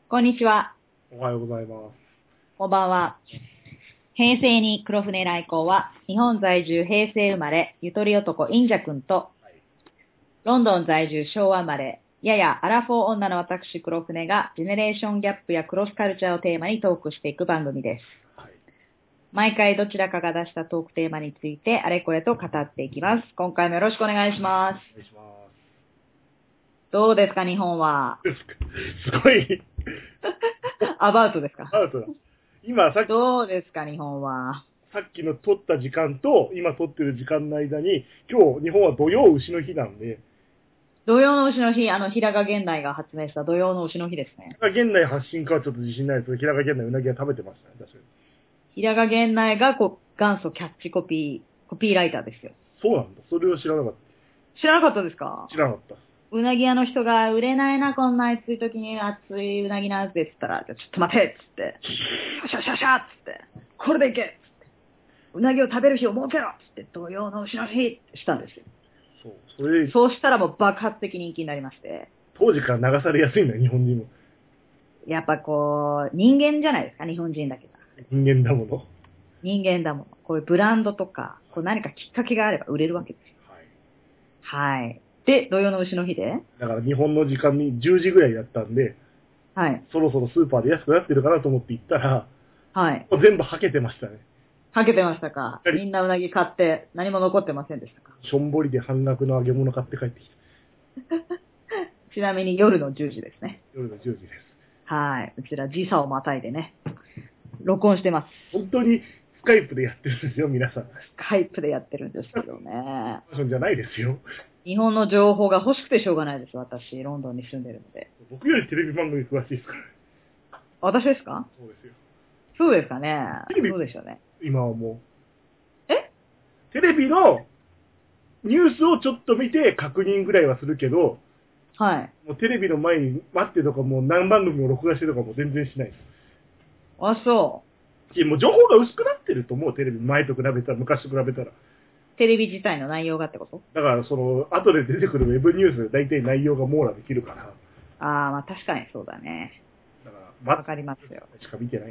こんにちは。 おはようございます。 こんばんは。平成に黒船来航は、日本在住平成生まれ、ゆとり男インジャ君と、 はい。 ロンドン在住昭和生まれ、ややアラフォー女の私黒船が、ジェネレーションギャップやクロスカルチャーをテーマにトークしていく番組です。 はい。 毎回どちらかが出したトークテーマについて、あれこれと語っていきます。今回もよろしくお願いします。 お願いしまどうですか、日本は。 す。すごい、 アバウトですか。 アウトだ。今どうですか、日本は。 さっきの撮った時間と、今撮ってる時間の間に、今日、日本は土曜牛の日なんで、 土用の丑の日、平賀源内が発明した土用の丑の日ですね。 現代発信かはちょっと自信ないですけど、平賀源内うなぎは食べてましたね、確かに。 平賀源内が元祖キャッチコピーライターですよ。 そうなんだ。それを知らなかっ知らなかったですか？ た。知らなかった。 うなぎ屋の人が、売れないな、こんな暑い時に熱いうなぎなんて言ったら、じゃあちょっと待てっつって、シャシャシャっつって、これでいけっつって、うなぎを食べる日を設けろっつって、土用の丑の日ってしたんですよ。 そう。それで、 そうしたらもう爆発的人気になりまして、 当時から流されやすいんだよ、日本人も。 やっぱこう、人間じゃないですか、日本人だけが。 人間だもの。 人間だもん。こういうブランドとか、こう何かきっかけがあれば売れるわけですよ。 はい。 はい。で、土用の丑の日で、 だから日本の時間に10時ぐらいだったんで、 はい。 そろそろスーパーで安くなってるかなと思って行ったら、 はい。 もう全部はけてましたね。 はけてましたか？ やはりみんなうなぎ買って何も残ってませんでしたか？ しょんぼりで半額の揚げ物買って帰ってきた。 ちなみに夜の10時ですね。 夜の10時です。 はい。うちら時差をまたいでね、録音してます。 本当にスカイプでやってるんですよ、皆さん。 スカイプでやってるんですけどね。 ファッションじゃないですよ。 日本の情報が欲しくてしょうがないです。私、ロンドンに住んでるので。 僕よりテレビ番組詳しいですから。 私ですか？ そうですよ。 そうですかね。 テレビそうでしょうね。 今はもえ？ う、テレビのニュースをちょっと見て確認ぐらいはするけど、 はい。 もうテレビの前に待ってとかもう何番組も録画してとかも全然しないです。 あ、そもう情報が薄くなってると思う、テレビ前と比べたら、昔と比べたら。 う。テレビ自体の内容がってこと？ だから、後で出てくるウェブニュースで大体内容が網羅できるから、 ああ、まあ確かにそうだね。 だから、 わかりますよ。 しか見てない。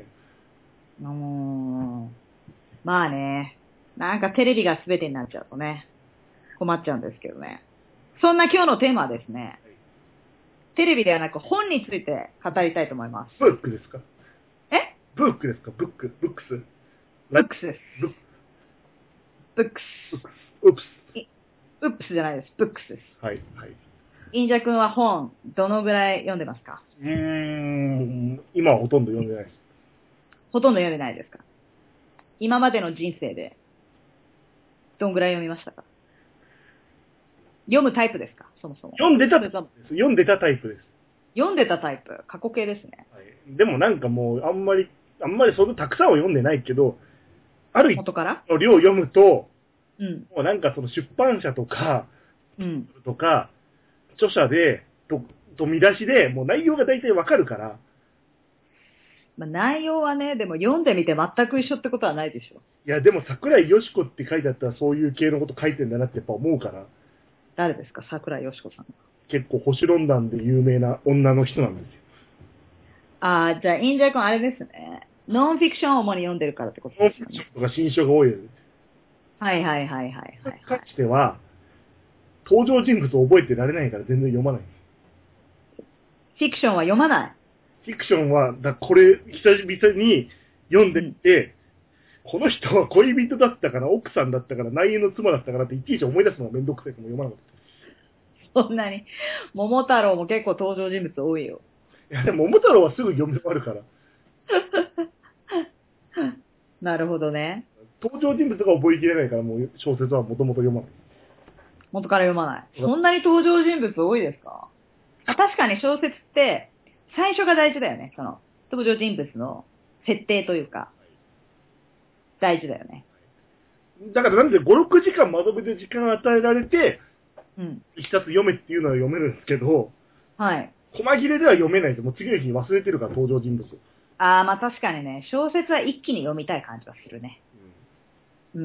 まあね。なんかテレビが全てになっちゃうとね、困っちゃうんですけどね。そんな今日のテーマはですね、テレビではなく本について語りたいと思います。 ブックですか？ え？ ブックですか？ブックブックスブックスです。 ブックブックブックスウップスス。ウップスじゃないです。ブックスです。 はい、はい。 インジャ君は本、どのぐらい読んでますか？ 今はほとんど読んでないです。 ほとんど読んでないですか？今までの人生で、どんぐらい読みましたか？読むタイプですか？そもそも。 読んでたそれとも読んでたタイプです。 読んでたタイプ。過去形ですね。 はい、でもなんかもう、あんまりそのたくさんは読んでないけど、ある一元から定の量を読むと、 うん。 もうなんかその出版社とか、 うん。 とか、著者で、見出しで、もう内容が大体わかるから、 まあ、内容はね、でも読んでみて全く一緒ってことはないでしょ。 いや、でも桜井よし子って書いてあったらそういう系のこと書いてんだなってやっぱ思うから、 誰ですか？桜井よしこさん。 結構星論壇で有名な女の人なんですよ。 ああ、じゃあ、インジャ君あれですね。ノンフィクションを主に読んでるからってことノンですかね。 フィクションとか新書が多いです。 はいはいはいはいはい、 に関はい。 しては、登場人物を覚えてられないから全然読まない。 フィクションは読まない。 フィクションは、これ、久々に読んでうん。 みて、この人は恋人だったから、奥さんだったから、内縁の妻だったからっていちいち思い出すのがめんどくさいからも読まなかった。 そんなに。桃太郎も結構登場人物多いよ。 いや、でも、桃太郎はすぐ読み終わるから、 なるほどね。 登場人物が覚えきれないから、もう小説はもともと読まない。 元から読まない。そんなに登場人物多いですか？確かに小説って、最初が大事だよね。その、登場人物の設定というか、大事だよね。 だからなんで5、6時間まとめて時間を与えられて、 うん。 一冊読めっていうのは読めるんですけど、 はい。 細切れでは読めないです。もう次の日に忘れてるから、登場人物。 ああ、まあ確かにね、小説は一気に読みたい感じはするね。うん。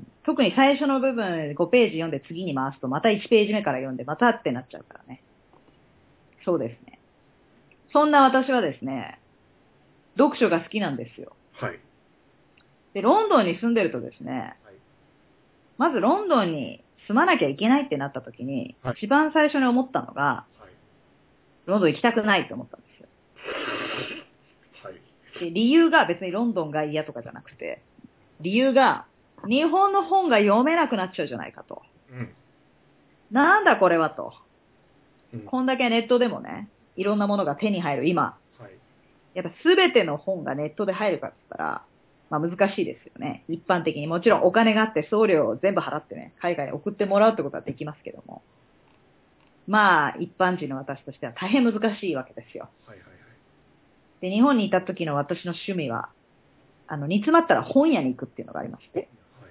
特に最初の部分5ページ読んで次に回すとまた1ページ目から読んでまたってなっちゃうからね。そうですね。 そんな私はですね、読書が好きなんですよ。 はい。 で、ロンドンに住んでるとですね、 はい。 まずロンドンに住まなきゃいけないってなった時に、 はい一番最初に思ったのが、 はい。 ロンドン行きたくないって思ったんですよ。 はい。 で、理由が別にロンドンが嫌とかじゃなくて、理由が、日本の本が読めなくなっちゃうじゃないかと。 うん。 なんだこれはと。 うん。 こんだけネットでもね、いろんなものが手に入る今、 はい。 やっぱすべての本がネットで入るかって言ったら、まあ難しいですよね。一般的に。もちろんお金があって送料を全部払ってね、海外に送ってもらうってことはできますけども。まあ一般人の私としては大変難しいわけですよ。 はい。はい。 で、日本にいた時の私の趣味は、煮詰まったら本屋に行くっていうのがありまして、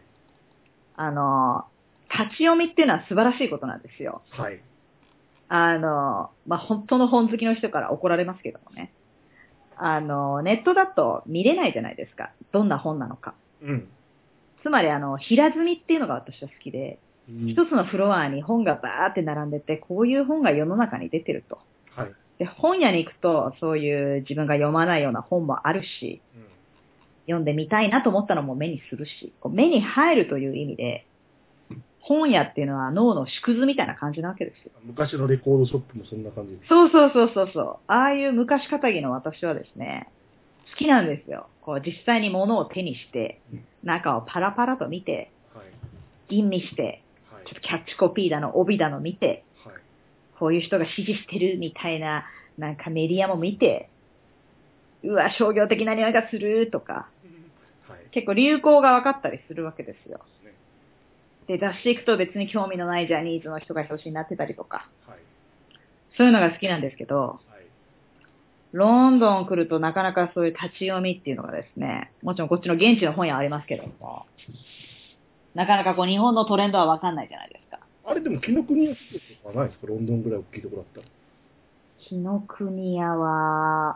立ち読みっていうのは素晴らしいことなんですよ。 はい。 まあ本当の本好きの人から怒られますけどもね。ネットだと見れないじゃないですか。どんな本なのか。 うん。 つまり平積みっていうのが私は好きで、 うん一つのフロアに本がバーって並んでて、こういう本が世の中に出てると。 はい。 で、本屋に行くと、そういう自分が読まないような本もあるし、 うん読んでみたいなと思ったのも目にするし、こう目に入るという意味で、本屋っていうのは脳の縮図みたいな感じなわけですよ。 昔のレコードショップもそんな感じです。 そうそうそうそうそう。ああいう昔かたぎの私はですね、好きなんですよ。こう実際に物を手にして、中をパラパラと見て、 はい。 吟味して、 はい。 ちょっとキャッチコピーだの、帯だの見て、 はい。 こういう人が支持してるみたいな、なんかメディアも見て、うわ、商業的な匂いがするとか、 はい。 結構流行が分かったりするわけですよ。 ね。 で、雑誌行くと別に興味のないジャニーズの人が表紙になってたりとか、 はい。 そういうのが好きなんですけど、 はい。 ロンドン来るとなかなかそういう立ち読みっていうのがですね、もちろんこっちの現地の本屋はありますけども、なかなかこう日本のトレンドは分かんないじゃないですか。 あれでも、紀ノ国屋とかはないですか？ロンドンぐらい大きいところだったら。 紀ノ国屋は、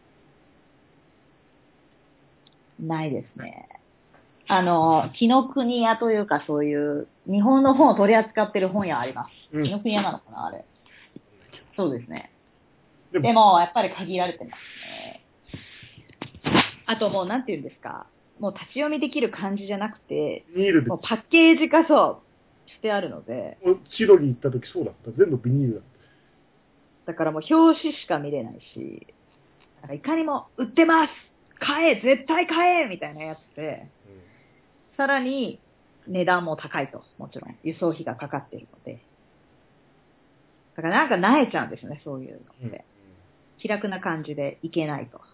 ないですね。紀ノ国屋というかそういう日本の本を取り扱ってる本屋あります。 うん紀ノ国屋なのかなあれ。そうですね。 でもでも、やっぱり限られてますね。あともう、なんて言うんですか。もう立ち読みできる感じじゃなくて、 ビニールでもう、パッケージ化そうしてあるので、 シドニー行った時そうだった。全部ビニールだっだからもう表紙しか見れないし、なんかいかにも売ってます買え絶対買えみたいなやつで、さらに値段も高いと。もちろん輸送費がかかっているので。だからなんか萎えちゃうんですよね、そういうのって。気楽な感じでいけないと。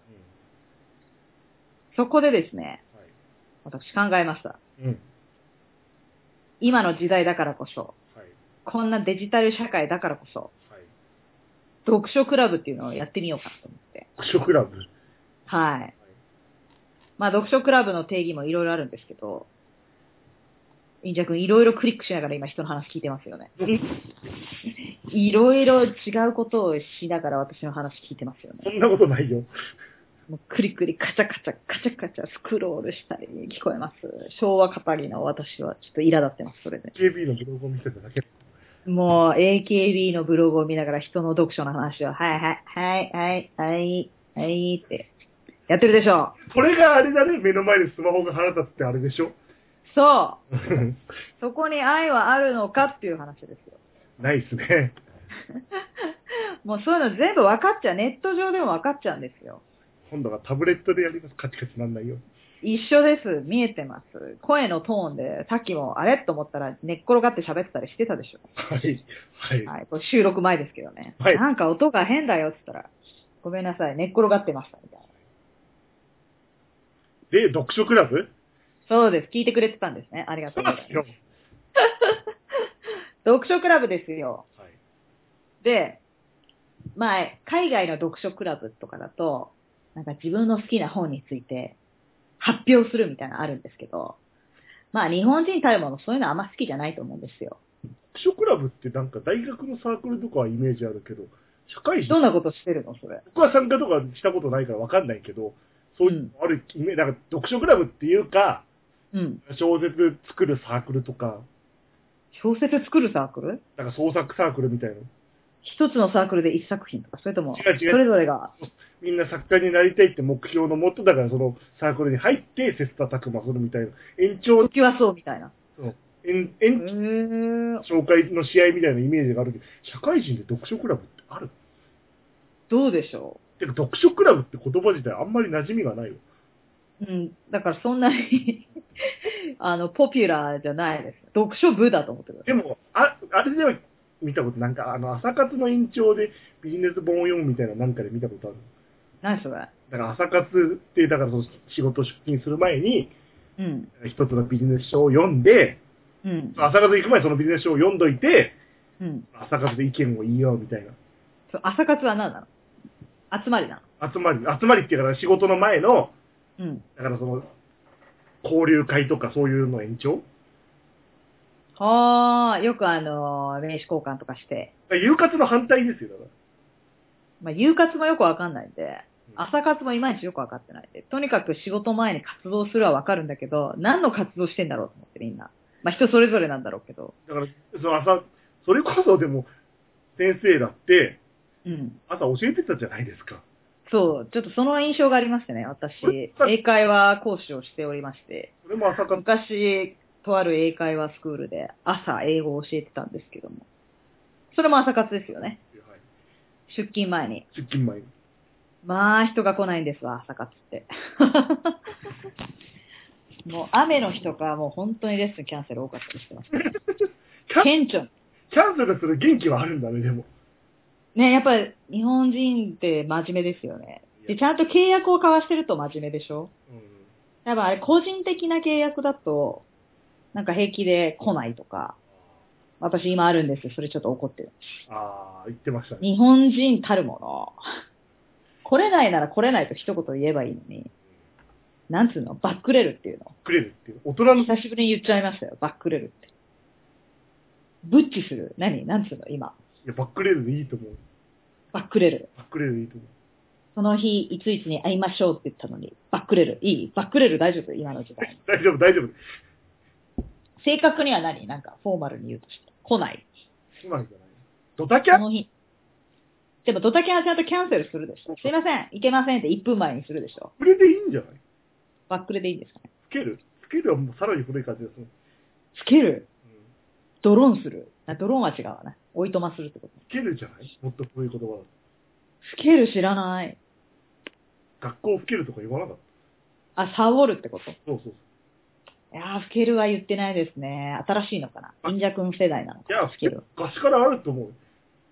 そこでですね、私考えました。 うん。 今の時代だからこそ、 はい。 こんなデジタル社会だからこそ、 はい。 読書クラブっていうのをやってみようかなと思って。 読書クラブ。 はい。まあ読書クラブの定義もいろいろあるんですけど、インジャ君いろいろクリックしながら今人の話聞いてますよね。いろいろ違うことをしながら私の話聞いてますよね。 そんなことないよ。 もうクリクリカチャカチャカチャカチャスクロールしたり聞こえます。昭和語りの私はちょっと苛立ってます、それで。 KB のブログを見せただけ。 もう AKB のブログを見ながら人の読書の話を、はいはい、はいはい、はい、はいってやってるでしょ。 これがあれだね、目の前でスマホが腹立つってあれでしょ。 そう。そこに愛はあるのかっていう話ですよ。 ないっすね。 もうそういうの全部分かっちゃう。ネット上でも分かっちゃうんですよ。 今度はタブレットでやります。カチカチなんないよ。 一緒です。見えてます。声のトーンで、さっきもあれと思ったら寝っ転がって喋ってたりしてたでしょ。 はい。はい。 はい。これ収録前ですけどね。 はいなんか音が変だよって言ったら、ごめんなさい。寝っ転がってましたみたいな。 で、読書クラブそうです。聞いてくれてたんですね。ありがとうございます。 よ。 読書クラブですよ。 はい。 で、まあ、海外の読書クラブとかだと、なんか自分の好きな本について発表するみたいなのあるんですけど、まあ日本人たるものそういうのあんま好きじゃないと思うんですよ。 読書クラブってなんか大学のサークルとかはイメージあるけど、社会人どんなことしてるのそれ。 僕は参加とかしたことないからわかんないけど、そういうのあるイメージ、なんか読書クラブっていうか、 うん。 小説作るサークルとか、 小説作るサークルなんか創作サークルみたいな。 一つのサークルで一作品とか、それとも、 違う違うそれぞれが、 みんな作家になりたいって目標のもとだから、そのサークルに入って切磋琢磨するみたいな。延長、 時はそうみたいな。 そう延紹介の試合みたいなイメージがあるけど、社会人で読書クラブってある？ どうでしょてか、読書クラブって言葉自体あんまり馴染みがないよ。 う。うん。だからそんなにポピュラーじゃないです。読書部だと思ってください。 でも、あれでは見たこと、なんか、朝活の延長でビジネス本を読むみたいななんかで見たことある。 何それ？ だから朝活って、だからその仕事出勤する前に、 うん。 一つのビジネス書を読んで、 うん。 朝活行く前にそのビジネス書を読んどいて、 うん。 朝活で意見を言い合うみたいな。 朝活は何なの？集まりなの？ 集まりっていうから仕事の前の、 うん。 だからその、交流会とかそういうの延長はあ、よく名刺交換とかして。 夕活の反対ですよ、だから。 まあ、夕活もよくわかんないんで、 うん朝活もいまいちよくわかってないんで、とにかく仕事前に活動するはわかるんだけど、何の活動してんだろうと思ってみんな。まあ、人それぞれなんだろうけど。 だから、それこそでも、先生だって、 うん。 朝教えてたじゃないですか。 そう、ちょっとその印象がありましてね、私、英会話講師をしておりまして、 それも朝活。 昔、とある英会話スクールで朝英語を教えてたんですけども、それも朝活ですよね。 はい、 出勤前に。 出勤前に。 まあ、人が来ないんですわ、朝活って。もう雨の日とか、もう本当にレッスンキャンセル多かったりしてます、ね。顕著。 キャンセルする元気はあるんだね、でも。 ね、やっぱり日本人って真面目ですよね。で、ちゃんと契約を交わしてると真面目でしょ？ うん。 やっぱあれ個人的な契約だと、なんか平気で来ないとか、私今あるんですよ。それちょっと怒ってる。 ああ、言ってましたね。 日本人たるもの。来れないなら来れないと一言言えばいいのに。なんつうの？バックレるっていうの。 くれるっていう。大人の。 久しぶりに言っちゃいましたよ。バックレるって。ブッチする。なんつうの今。 いや、バックレールでいいと思う。 バックレる。 バックレールでいいと思う。 その日、いついつに会いましょうって言ったのに、バックレる。いい？バックレる大丈夫？今の時代。 大丈夫、大丈夫。 正確には何？なんか、フォーマルに言うとして。来ない。 来ないじゃない。ドタキャンその日。でもドタキャンはちゃんとキャンセルするでしょ。すいません、いけませんって1分前にするでしょ。 これでいいんじゃない？ バックレでいいんですかね。 つけるはもうさらに古い感じですね。 つける。ドローンする。ドローンは違うわね。おいとまするってこと。 つけるじゃない？もっと古い言葉だと。 つける知らない。 学校を吹けるとか言わなかった。 あ、サボるってこと？ そうそう。 いやー、吹けるは言ってないですね。新しいのかな。忍者くん世代なのかいや、 な。吹ける。 昔からあると思う。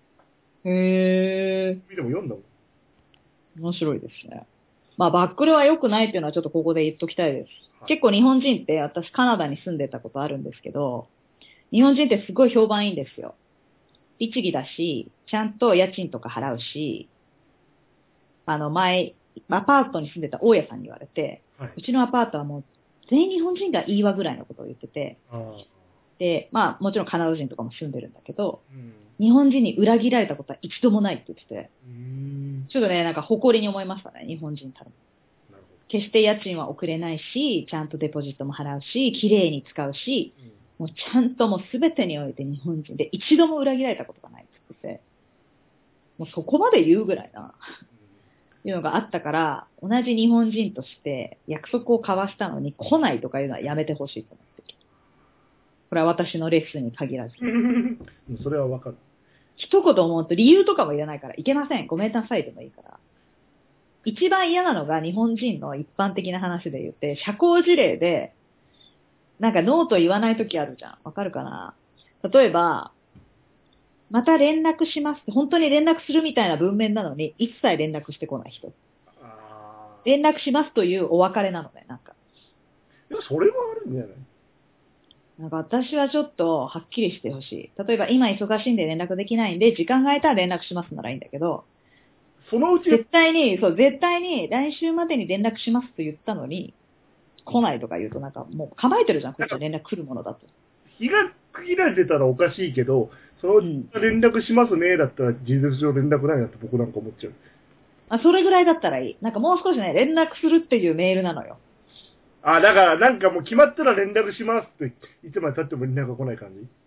へー。 見ても読んだもん。 面白いですね。まあ、バックルは良くないっていうのはちょっとここで言っときたいです。 はい結構日本人って私カナダに住んでたことあるんですけど、日本人ってすごい評判いいんですよ。律儀だし、ちゃんと家賃とか払うし、前、アパートに住んでた大家さんに言われて、 はい。 うちのアパートはもう全員日本人がいいわぐらいのことを言ってて、 ああ。 で、まあもちろんカナダ人とかも住んでるんだけど、 うん。 日本人に裏切られたことは一度もないって言ってて、 なちょっとね、なんか誇りに思いましたね、日本人たる。 るほ決して家賃は遅れないし、ちゃんとデポジットも払うし、綺麗に使うし、 ど。うん。 もうちゃんともう全てにおいて日本人で一度も裏切られたことがないって言ってて、もうそこまで言うぐらいな、いうのがあったから、同じ日本人として約束を交わしたのに来ないとかいうのはやめてほしいと思ってる。これは私のレッスンに限らず。 うんそれはわかる。 一言思うと理由とかもいらないから、いけません、ごめんなさいでもいいから。一番嫌なのが日本人の一般的な話で言って、社交辞令で、なんかノーと言わないときあるじゃん。わかるかな？例えば、また連絡しますって、本当に連絡するみたいな文面なのに、一切連絡してこない人。 ああ。 連絡しますというお別れなのね、なんか。 でもそれはあるんじゃない？ なんか私はちょっとはっきりしてほしい。例えば今忙しいんで連絡できないんで、時間が空いたら連絡しますならいいんだけど、 そのうち、 絶対に来週までに連絡しますと言ったのに、来ないとか言うとなんかもう構えてるじゃん、こっちは連絡来るものだと。 日が区切られてたらおかしいけど、そのうち連絡しますね、だったら事実上連絡ないなって僕なんか思っちゃう。 あ、それぐらいだったらいい。なんかもう少しね、連絡するっていうメールなのよ。 あ、だからなんかもう決まったら連絡しますって、いつまで経っても連絡が来ない感じ。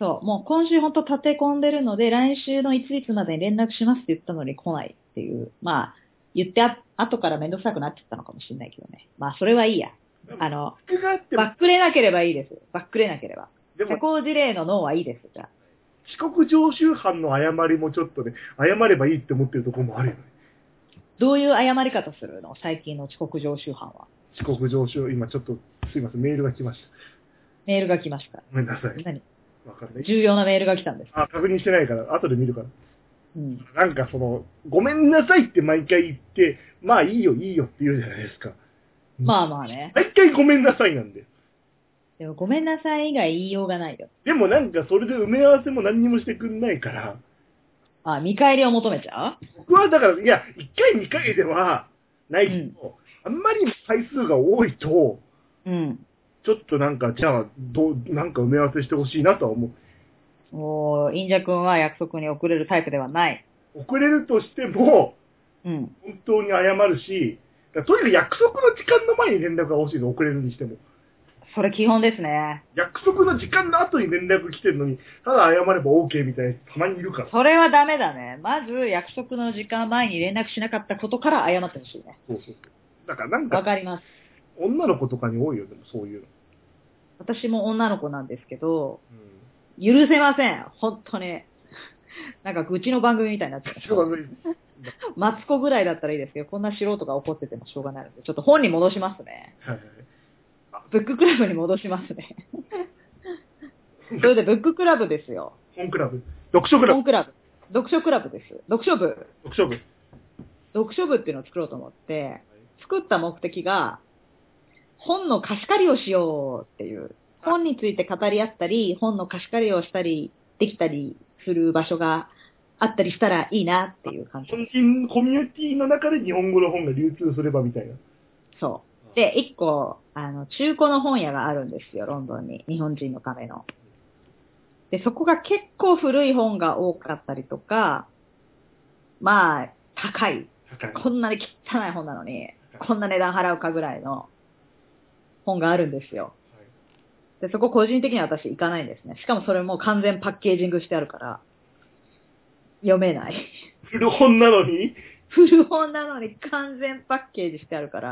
そう、もう今週ほんと立て込んでるので、来週のいついつまでに連絡しますって言ったのに来ないっていう。まあ、言って後からめんどくさくなっちゃったのかもしれないけどね。まあ、それはいいや。バックれなければいいです。バックれなければ。社交辞令の脳はいいです、じゃあ。 遅刻常習犯の誤りもちょっとね、謝ればいいって思ってるところもあるよね。 どういう謝り方するの最近の遅刻常習犯は。 遅刻常習、今ちょっと、すいません、メールが来ました。 メールが来ました。 ごめんなさい。 何わかんない。 重要なメールが来たんです。 確認してないから、後で見るから。 うん。 なんかごめんなさいって毎回言って、まあいいよいいよって言うじゃないですか。 まあまあね。 毎回ごめんなさいなんで。 でもごめんなさい以外言いようがないよ。 でもなんかそれで埋め合わせも何にもしてくんないから。 あ、見返りを求めちゃう？ 僕はだから、いや、1回2回ではないけど、あんまり回数が多いと、 うん。 ちょっとなんか、じゃあ、なんか埋め合わせしてほしいなとは思う。 インジャ君は約束に遅れるタイプではない。 遅れるとしても、 うん。 本当に謝るし、とにかく約束の時間の前に連絡が欲しいの、遅れるにしても。 それ基本ですね。 約束の時間の後に連絡来てるのに、ただ謝れば OK みたいな人たまにいるから。 それはダメだね。まず約束の時間前に連絡しなかったことから謝ってほしいね。 そうそうそう。だからなんか、 わかります。 女の子とかに多いよ、でもそういうの。 私も女の子なんですけど、許せません。本当に。なんかうちの番組みたいになっちゃう。マツコぐらいだったらいいですけど、こんな素人が怒っててもしょうがないので、ちょっと本に戻しますね。 はいはい。 ブッククラブに戻しますね。それでブッククラブですよ。 本クラブ。読書クラブ。 本クラブ。読書クラブです。読書部。 読書部。 読書部っていうのを作ろうと思って、作った目的が、本の貸し借りをしようっていう。本について語り合ったり、本の貸し借りをしたり、できたりする場所があったりしたらいいなっていう感じ。 本人コミュニティの中で日本語の本が流通すればみたいな。 そう。で、一個、中古の本屋があるんですよ、ロンドンに。日本人のための。で、そこが結構古い本が多かったりとか、まあ、高い。こんなに汚い本なのに、こんな値段払うかぐらいの本があるんですよ。で、そこ個人的には私行かないんですね。しかもそれも完全パッケージングしてあるから、読めない。 古本なのに古本なのに完全パッケージしてあるから、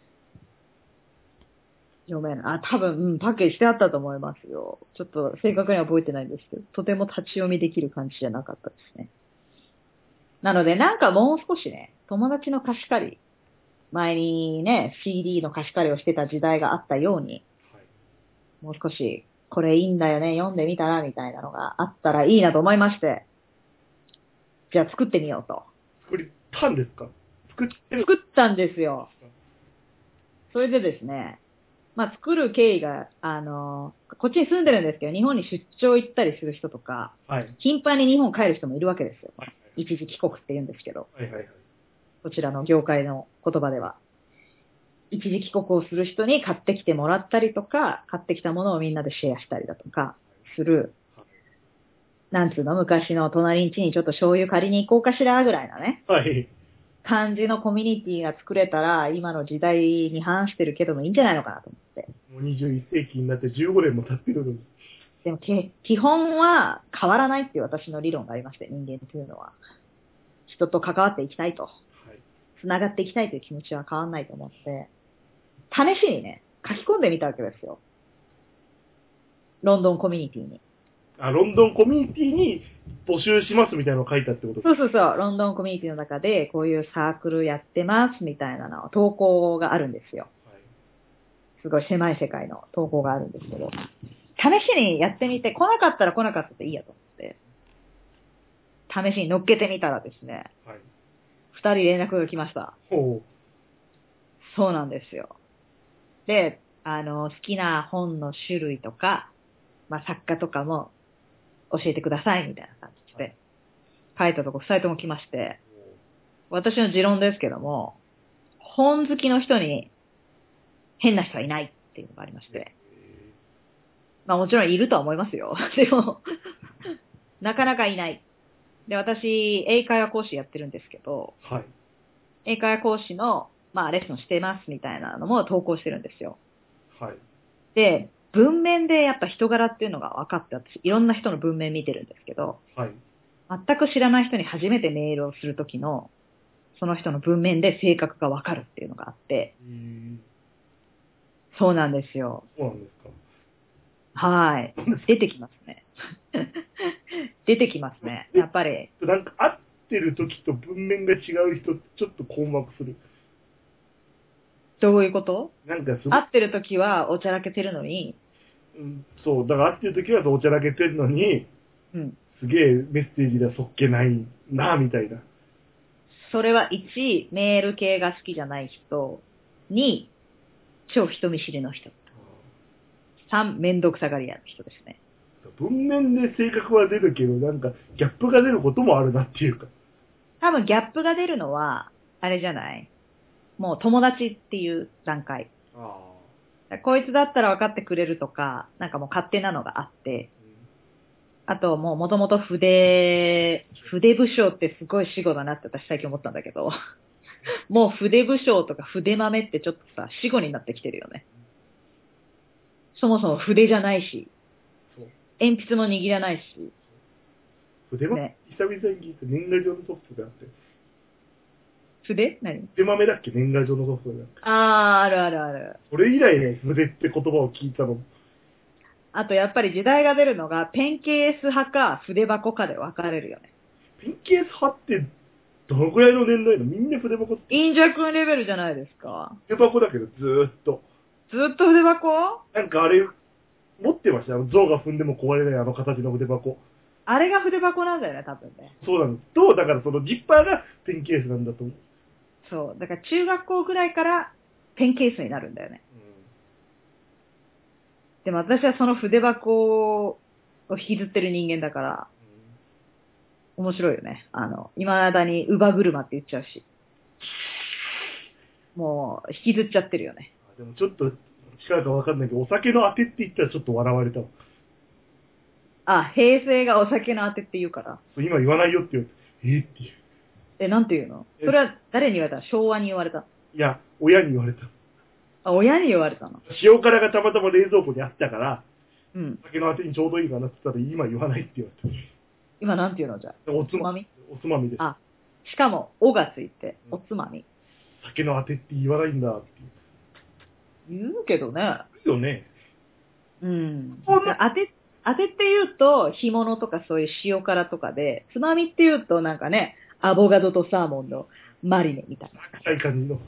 読めない。多分、パッケージしてあったと思いますよ。ちょっと正確には覚えてないんですけど、とても立ち読みできる感じじゃなかったですね。なので、なんかもう少しね、友達の貸し借り、前にね、CD の貸し借りをしてた時代があったように、もう少し、これいいんだよね、読んでみたら、みたいなのがあったらいいなと思いまして、じゃあ作ってみようと。 作ったんですか？作ったんですよ。それでですね、まあ作る経緯が、こっちに住んでるんですけど、日本に出張行ったりする人とか、頻繁に日本帰る人もいるわけですよ。一時帰国って言うんですけど、こちらの業界の言葉では。一時帰国をする人に買ってきてもらったりとか、買ってきたものをみんなでシェアしたりだとかする、なんつうの、昔の隣ん家にちょっと醤油借りに行こうかしらぐらいなね、感じのコミュニティが作れたら、今の時代に反してるけどもいいんじゃないのかなと思って。 もう21世紀になって15年も経ってるのに。 でも基本は変わらないっていう私の理論がありまして、人間というのは。人と関わっていきたいと。繋がっていきたいという気持ちは変わらないと思って、試しにね、書き込んでみたわけですよ。ロンドンコミュニティに。 ロンドンコミュニティに募集しますみたいなのを書いたってことですか？そう。ロンドンコミュニティの中で、こういうサークルやってますみたいなの、投稿があるんですよ。すごい狭い世界の投稿があるんですけど、試しにやってみて、来なかったら来なかったでいいやと思って、試しに乗っけてみたらですね、2人連絡が来ました。そうなんですよ。で、好きな本の種類とか、作家とかも教えてくださいみたいな感じで、書いたとこ2人とも来まして、私の持論ですけども、本好きの人に変な人はいないっていうのがありまして、もちろんいるとは思いますよ。でも、なかなかいない。で、私、英会話講師やってるんですけど、英会話講師の、レッスンしてますみたいなのも投稿してるんですよ。で、 文面でやっぱ人柄っていうのが分かって、私いろんな人の文面見てるんですけど、 はい。 全く知らない人に初めてメールをするときの、その人の文面で性格が分かるっていうのがあって、そうなんですよ。 そうなんですか。 はい。出てきますね。出てきますね。やっぱり。 なんか会ってる時と文面が違う人ってちょっと困惑する。 どういうこと？ なんかすごい、 会ってる時はおちゃらけてるのに、 そう、だから会ってる時はおちゃらけてるのに、 うん。 すげえメッセージではそっけないな、みたいな。 それは1、メール系が好きじゃない人。2、超人見知りの人。3、めんどくさがり屋の人ですね。 文面で性格は出るけど、なんかギャップが出ることもあるなっていうか。 多分ギャップが出るのは、あれじゃない？もう友達っていう段階。こいつだったら分かってくれるとか、なんかもう勝手なのがあって、あともう元々筆武将ってすごい死語だなって私最近思ったんだけど、もう筆武将とか筆豆ってちょっとさ、死語になってきてるよね。そもそも筆じゃないし、 そう。 鉛筆も握らないし、 筆は、 ね。 久々に聞いて年賀状のソフトであって。 筆何？ 筆豆だっけ、年賀状のソフトであって。 あるあるある。 それ以来ね、筆って言葉を聞いたの。 あとやっぱり時代が出るのが、ペンケース派か筆箱かで分かれるよね。 ペンケース派ってどのくらいの年代のみんな筆箱って。 インジャ君レベルじゃないですか。 筆箱だけど、ずーっと。 ずっと筆箱？ なんかあれ、持ってました。象が踏んでも壊れないあの形の筆箱。 あれが筆箱なんだよね、多分ね。 そうなんです。と、だからそのジッパーがペンケースなんだと思う。 そう。だから中学校ぐらいからペンケースになるんだよね。でも私はその筆箱を引きずってる人間だから、面白いよね。未だに乳母車って言っちゃうし。もう、引きずっちゃってるよね。 でもちょっと、力かわかんないけど、お酒のあてって言ったらちょっと笑われたわ。 あ、平成がお酒のあてって言うから。 今言わないよって言うと、っていう。 なんて言うの？それは誰に言われた？昭和に言われた？ いや、親に言われた。 あ、親に言われたの？ 塩辛がたまたま冷蔵庫にあったから、 うん。 酒のあてにちょうどいいかなって言ったら、今言わないって言われた。 今なんて言うのじゃあ。 おつまみです。 あ、しかも、おがついて、おつまみ。 酒のあてって言わないんだって言うけどね。 言うよね。 うん。あてって言うと、干物とかそういう塩辛とかで、つまみって言うとなんかね、アボカドとサーモンのマリネみたいな。 臭い感じの。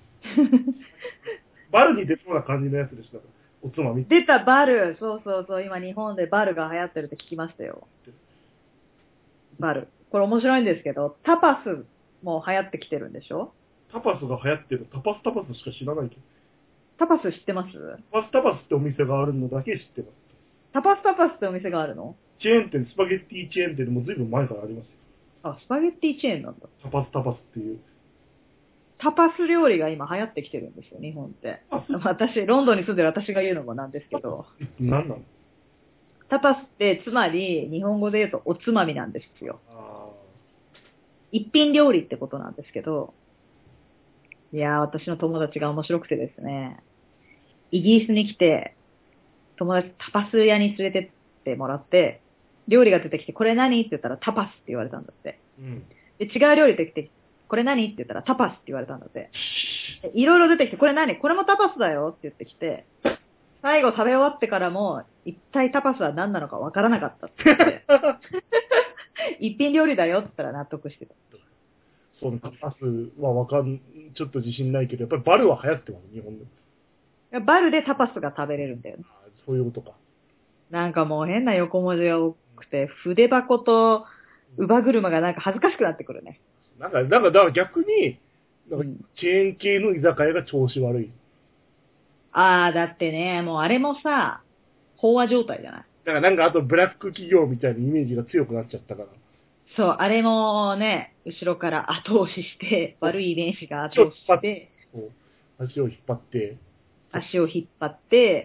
バルに出そうな感じのやつでした。おつまみ。 出たバル。そうそうそう。今日本でバルが流行ってるって聞きましたよ。バル。これ面白いんですけど、タパスも流行ってきてるんでしょ？ タパスが流行ってる。タパスしか知らないけど。 タパス知ってます？ タパスってお店があるのだけ知ってます。 タパスってお店があるの？ チェーン店、スパゲッティチェーン店でもずいぶん前からありますよ。 あ、スパゲッティチェーンなんだ。 タパスっていう。 タパス料理が今流行ってきてるんですよ、日本って。私、ロンドンに住んでる私が言うのもなんですけど。 何なの？ タパスってつまり日本語で言うとおつまみなんですよ。一品料理ってことなんですけど、いやー私の友達が面白くてですね、イギリスに来て、友達タパス屋に連れてってもらって、料理が出てきて、これ何って言ったらタパスって言われたんだって。 うん。 で、違う料理出てきて、これ何って言ったらタパスって言われたんだって。いろいろ出てきて、これ何？これもタパスだよって言ってきて、最後食べ終わってからも、一体タパスは何なのかわからなかったって言って。一品料理だよって言ったら納得してた。 そう、タパスはちょっと自信ないけど、やっぱりバルは流行ってます、日本で。 バルでタパスが食べれるんだよね。 そういうことか。 なんかもう変な横文字が多くて、筆箱と乳母車がなんか恥ずかしくなってくるね。 だから逆に、チェーン系の居酒屋が調子悪い。 だってね、もうあれもさ、飽和状態じゃない？ だからあとブラック企業みたいなイメージが強くなっちゃったから。 そう、あれもね、後ろから後押しして、悪い遺伝子が後押しして、 足を引っ張って、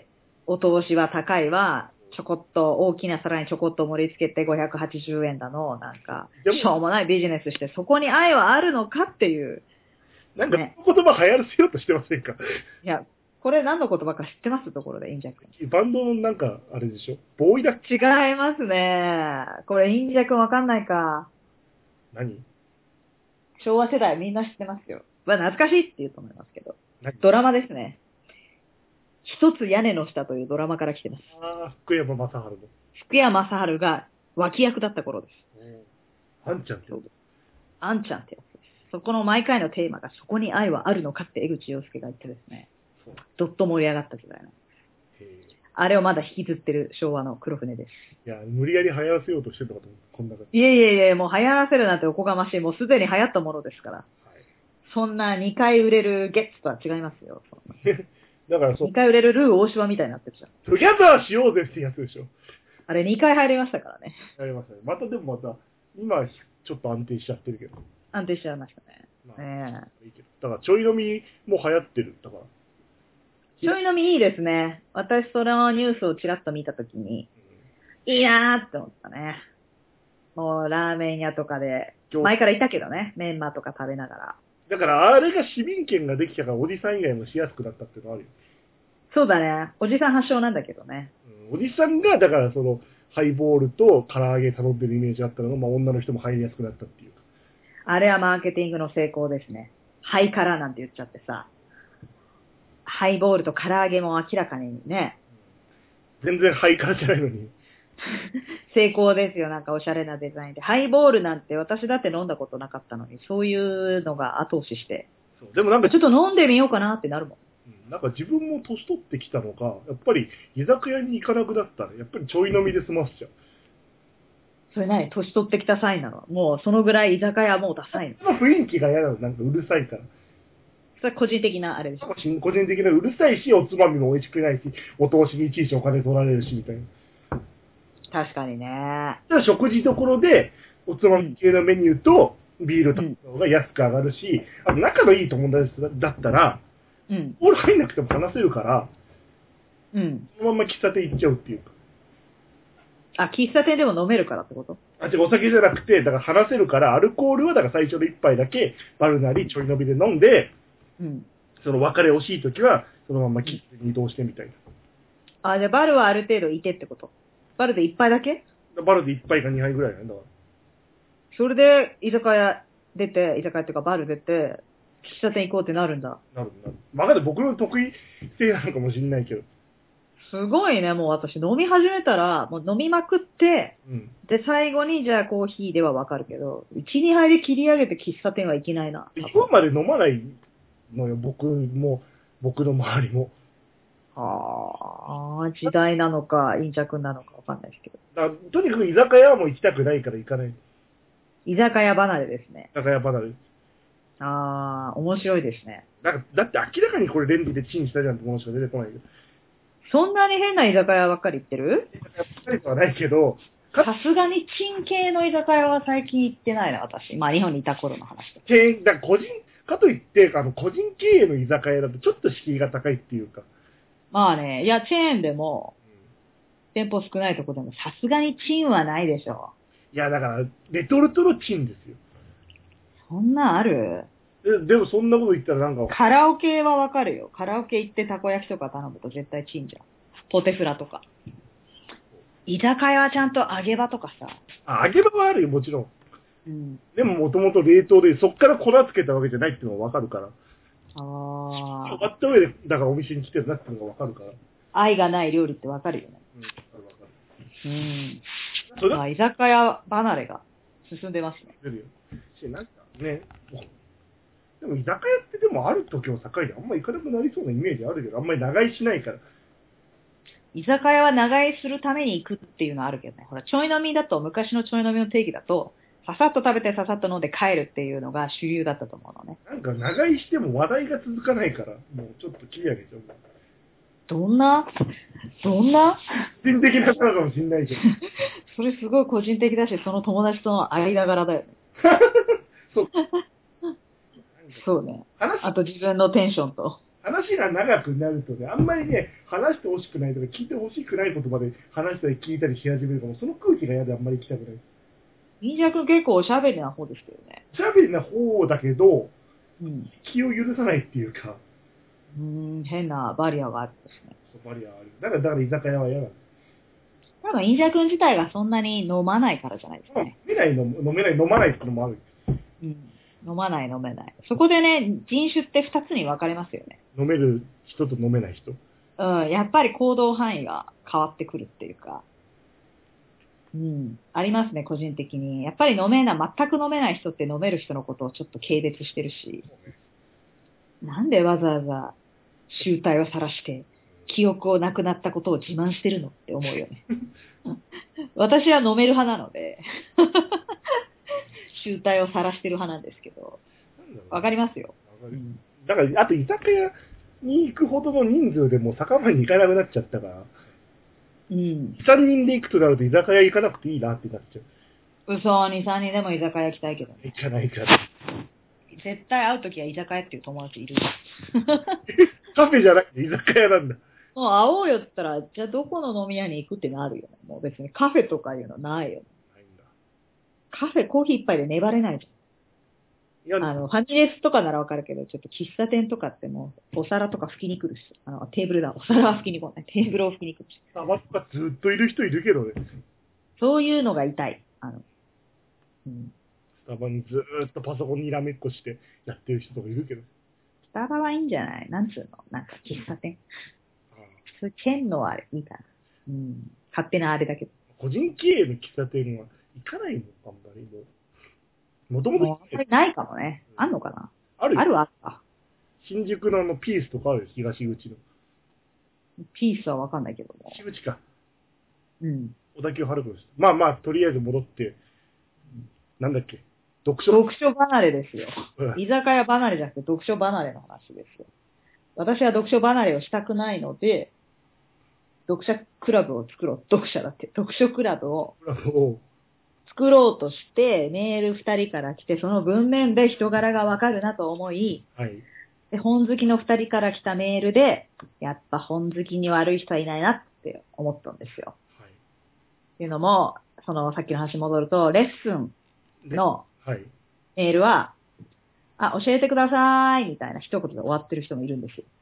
お通しは高いわ、ちょこっと大きな皿にちょこっと盛り付けて580円だの、なんか、しょうもないビジネスして、そこに愛はあるのかっていう。 なんか、言葉流行らせようとしてませんか？ いや、 これ何の言葉か知ってますところで、インジャ君。 バンドのなんか、あれでしょボーイだっけ。 違いますね。これ、インジャ君わかんないか。 何昭和世代みんな知ってますよ。懐かしいって言うと思いますけど。 何ドラマですね。一つ屋根の下というドラマから来てます。 ああ、福山雅治の。 福山雅治が脇役だった頃です。 あんちゃんって。 あんちゃんってやつです。そこの毎回のテーマがそこに愛はあるのかって江口洋介が言ってですね。どっと盛り上がった時代なんです。あれをまだ引きずってる昭和の黒船です。 いや、無理やり流行らせようとしてたかと思う。こんな感じ。 いえいえいえ、もう流行らせるなんておこがましい。もうすでに流行ったものですから。 はい、 そんな2回売れるゲッツとは違いますよ。 だからそう。 2回売れるルー大柴みたいになってるじゃん。 トゥギャザーしようぜってやつでしょ。 あれ2回入りましたからね。 やりましたね。またでも今ちょっと安定しちゃってるけど。 安定しちゃいましたね。 まあいいけど。だからちょい飲みも流行ってる。だから。 ちょい飲みいいですね。私そのニュースをちらっと見たときに、いいなーって思ったね。もうラーメン屋とかで、前からいたけどね、メンマとか食べながら。 だからあれが市民権ができたからおじさん以外もしやすくなったっていうのあるよ。 そうだね。おじさん発祥なんだけどね。 おじさんが、だからその、ハイボールと唐揚げ頼んでるイメージあったのが、まあ女の人も入りやすくなったっていうか。 あれはマーケティングの成功ですね。ハイカラなんて言っちゃってさ。ハイボールと唐揚げも明らかにね。 全然ハイカラじゃないのに。 成功ですよ、なんかおしゃれなデザインで。ハイボールなんて私だって飲んだことなかったのに、そういうのが後押しして。 そうでもなんかちょっと飲んでみようかなってなるもん。 なんか自分も年取ってきたのか、やっぱり居酒屋に行かなくなったら、やっぱりちょい飲みで済ませちゃう。 それ何年取ってきたサインなの？もうそのぐらい居酒屋はもうダサいの。 その雰囲気が嫌なの、なんかうるさいから。 それは個人的なあれでしょ。 個人的なうるさいし、おつまみも美味しくないし、お通しにいちいちお金取られるし、みたいな。 確かにね。 食事どころで、おつまみ系のメニューとビールとの方が安く上がるし、あと仲のいい友達だったら、 うん。 オール入んなくても話せるから、 うん。 そのまま喫茶店行っちゃうっていうか。 あ、喫茶店でも飲めるからってこと？ 違う、お酒じゃなくて、だから話せるから、アルコールはだから最初の一杯だけ、バルなりちょい飲みで飲んで、 うん。 その別れ惜しい時は、そのまま喫茶店に移動してみたいな。 あ、じゃあバルはある程度いてってこと？バルで一杯だけ？ バルで一杯か二杯ぐらいなんだから。 それで居酒屋出て、居酒屋っていうかバル出て、喫茶店行こうってなるんだ。 なる。まあ、まだ僕の得意性なのかもしれないけど。 すごいね、もう私飲み始めたら、もう飲みまくって、 うん。 で、最後にじゃあコーヒーではわかるけど、1、2杯で切り上げて喫茶店は行けないな。 今まで飲まないのよ、僕も、僕の周りも。 ああ、時代なのか、陰着なのかわかんないですけど。 とにかく居酒屋はもう行きたくないから行かない。 居酒屋離れですね。 居酒屋離れ。 ああ、面白いですね。 だって明らかにこれレンジでチンしたじゃんってものしか出てこないよ。 そんなに変な居酒屋ばっかり行ってる？ やっぱりではないけど、 さすがにチン系の居酒屋は最近行ってないな、私。まあ日本にいた頃の話だ。 だからかといって、個人経営の居酒屋だとちょっと敷居が高いっていうか。 まあね、いや、チェーンでも、店舗少ないとこでもさすがにチンはないでしょ。 いや、だから、レトルトのチンですよ。 そんなんある？ でもそんなこと言ったらなんか。 カラオケはわかるよ。カラオケ行ってたこ焼きとか頼むと絶対チンじゃん。ポテフラとか。居酒屋はちゃんと揚げ場とかさ。 揚げ場はあるよ、もちろん。 うん。 でももともと冷凍で、そっから粉つけたわけじゃないっていうのがわかるから。 ああ。 終わった上で、だからお店に来てるなっていうのがわかるから。 愛がない料理ってわかるよね。 わかるわかうん。 る。 まあ、居酒屋離れが進んでますね。 出るよ。なんかね、でも居酒屋ってでもある時を境であんま行かなくなりそうなイメージあるけど、あんまり長居しないから。 居酒屋は長居するために行くっていうのはあるけどね。ほら、ちょい飲みだと、昔のちょい飲みの定義だと、ささっと食べてささっと飲んで帰るっていうのが主流だったと思うのね。 なんか長居しても話題が続かないから、もうちょっと切り上げちゃう。 どんな個人的な話かもしんないけど。 それすごい個人的だし、その友達との間柄だよね。 そう。 そうね。あと自分のテンションと。 話が長くなるとね、あんまりね、話してほしくないとか、聞いてほしくないことまで話したり聞いたりし始めるから、その空気が嫌であんまり行きたくない。 忍者くん結構おしゃべりな方ですけどね。 おしゃべりな方だけど、 うん。 気を許さないっていうか、 変なバリアがあるんですね。 バリアある。だから居酒屋は嫌なんです。 多分、インジャ君自体がそんなに飲まないからじゃないですかね。 飲めない、飲まないってのもある。 うん。飲まない、飲めない。そこでね、人種って二つに分かれますよね。 飲める人と飲めない人。 うん。やっぱり行動範囲が変わってくるっていうか。うん。ありますね、個人的に。やっぱり全く飲めない人って飲める人のことをちょっと軽蔑してるし。なんでわざわざ醜態を晒して、記憶をなくなったことを自慢してるのって思うよね。私は飲める派なので、醜態を晒してる派なんですけど、わかりますよ。 だから、あと居酒屋に行くほどの人数でもう酒場に行かなくなっちゃったから、 うん。 2、3人で行くとなると居酒屋行かなくていいなってなっちゃう。 嘘、2、3人でも居酒屋行きたいけどね。 行かないから。 絶対会うときは居酒屋っていう友達いる。 カフェじゃなくて居酒屋なんだ。 もう会おうよって言ったら、じゃあどこの飲み屋に行くってなるよね。もう別にカフェとかいうのないよね。 ないんだ。 カフェコーヒー一杯で粘れないじゃん。 いや、 ファミレスとかならわかるけど、ちょっと喫茶店とかってもう、お皿とか拭きに来るし、テーブルだ、お皿は拭きに来ない。テーブルを拭きに来るし。 スタバとかずっといる人いるけどね。 そういうのが痛い。うん。 スタバにずーっとパソコンにらめっこしてやってる人とかいるけど。 スタバはいいんじゃないなんつうのなんか喫茶店。 ああ、 普通、チェーンのあれ、いいかな。うん。勝手なあれだけど。 個人経営の喫茶店は行かないもん、あんまりもう。もともともう、あんまりないかもね。あんのかなあるよ。 あるわ。あ、 新宿のピースとかあるよ、東口の。 ピースはわかんないけども。 西口か。 うん。 小田急春子です。まあまあ、とりあえず戻って、なんだっけ。読読書離れですよ。居酒屋離れじゃなくて読書離れの話ですよ。私は読書離れをしたくないので、読者クラブを作ろう。読書クラブを作ろうとして、メール2人から来て、その文面で人柄がわかるなと思い、 はい。 で、本好きの2人から来たメールで、やっぱ本好きに悪い人はいないなって思ったんですよ。 はい。 っていうのも、さっきの話戻ると、レッスンのはい。 メールは、教えてくださいみたいな一言で終わってる人もいるんですよ。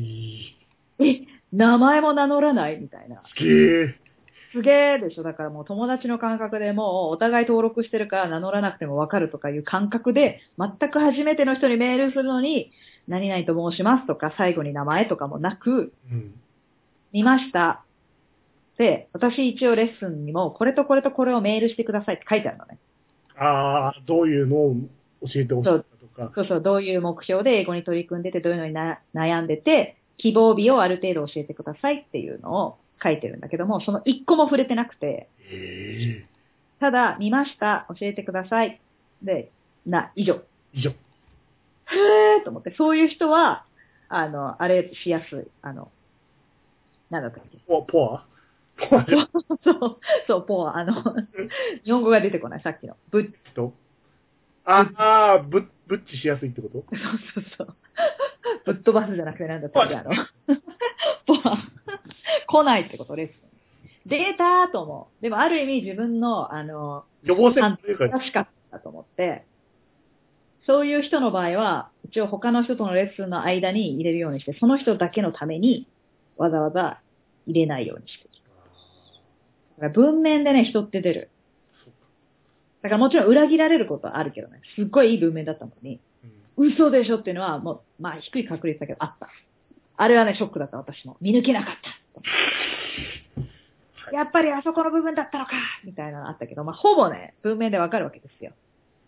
名前も名乗らないみたいな。 すげえ。 すげえでしょ。だからもう友達の感覚でもうお互い登録してるから名乗らなくてもわかるとかいう感覚で、全く初めての人にメールするのに、何々と申しますとか最後に名前とかもなく、見ました。で、私一応レッスンにもこれとこれとこれをメールしてくださいって書いてあるのね。 ああ、どういうのを教えてほしいかとか。 そうそう、どういう目標で英語に取り組んでて、どういうのに悩んでて、希望日をある程度教えてくださいっていうのを書いてるんだけども、その一個も触れてなくて、ただ、見ました、教えてください。で、以上。 以上。 へーと思って、そういう人は、あれしやすい。なんだったっけ。 ポアそう、ポア、日本語が出てこない、さっきの。 ブッチしやすいってことそう。ぶっ飛ばすじゃなくてなんだったっけ、ポア、来ないってこと、レッスン。データと思う。でもある意味自分の、 予防線というか、 正しかったと思って、そういう人の場合は、一応他の人とのレッスンの間に入れるようにして、その人だけのためにわざわざ入れないようにしてる。だから文面でね、人って出る。だからもちろん裏切られることはあるけどね、すっごいいい文面だったのに、嘘でしょっていうのはもう、まあ低い確率だけどあった。あれはね、ショックだった、私も。見抜けなかった。やっぱりあそこの部分だったのかみたいなのあったけど、まあ、ほぼね、文面でわかるわけですよ。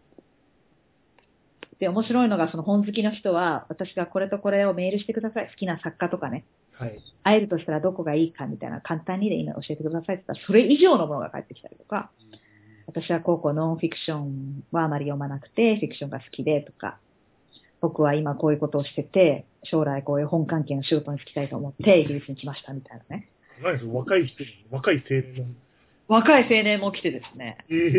で、面白いのが、その本好きの人は、私がこれとこれをメールしてください。好きな作家とかね。 はい。 会えるとしたらどこがいいかみたいな、簡単にでいいの教えてくださいって言ったら、それ以上のものが返ってきたりとか、私はこうノンフィクションはあまり読まなくて、フィクションが好きでとか、僕は今こういうことをしてて、将来こういう本関係の仕事に就きたいと思って、イギリスに来ましたみたいなね。 何です若い青年なの。 若い青年も来てですね。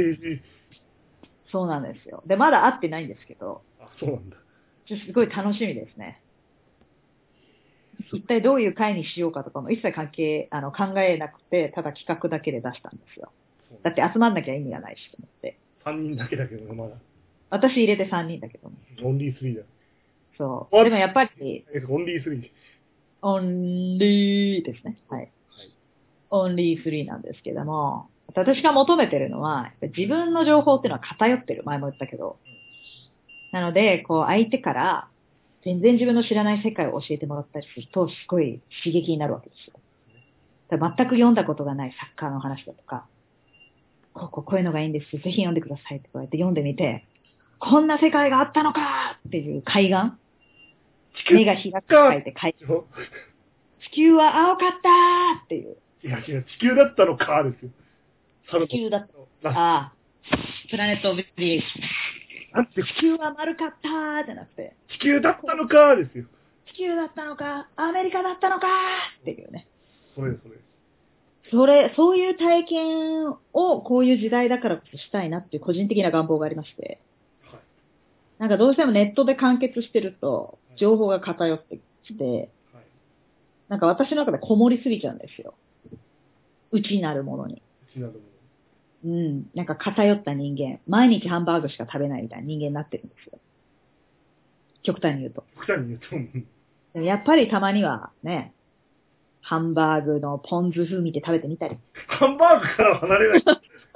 そうなんですよ。で、まだ会ってないんですけど。 あ、そうなんだ。 すごい楽しみですね。一体どういう会にしようかとかも一切考えなくて、ただ企画だけで出したんですよ。だって集まんなきゃ意味がないしと思って。 3人だけだけど、まだ。 私入れて3人だけどね。 オンリー3だ。 そう。でもやっぱり、 オンリー3。 オンリーですね。はい。 はい。 オンリー3なんですけども、私が求めてるのは、自分の情報っていうのは偏ってる。前も言ったけど。なので、こう、相手から、全然自分の知らない世界を教えてもらったりすると、すごい刺激になるわけですよ。だから全く読んだことがないサッカーの話だとか、こういうのがいいんです。ぜひ読んでくださいってこうやって読んでみて、こんな世界があったのかっていう海岸、目が開くと書いて海岸。地球は青かったーっていう。 いや、違う、地球だったのかですよ。 地球だった。 あああ、プラネットオブリー。 なんて、 地球は丸かったーじゃなくて、 地球だったのかですよ。 地球だったのか、アメリカだったのかーっていうね。 それです、それです。 そういう体験をこういう時代だからこそしたいなっていう個人的な願望がありまして、 はい。 なんかどうしてもネットで完結してると、情報が偏ってきて、 はい。 なんか私の中でこもりすぎちゃうんですよ。内なるものに。 うちなども。 うん。なんか偏った人間。毎日ハンバーグしか食べないみたいな人間になってるんですよ。極端に言うと。 極端に言うと、 でもやっぱりたまにはね、ハンバーグのポン酢風味で食べてみたり。 ハンバーグからは離れない。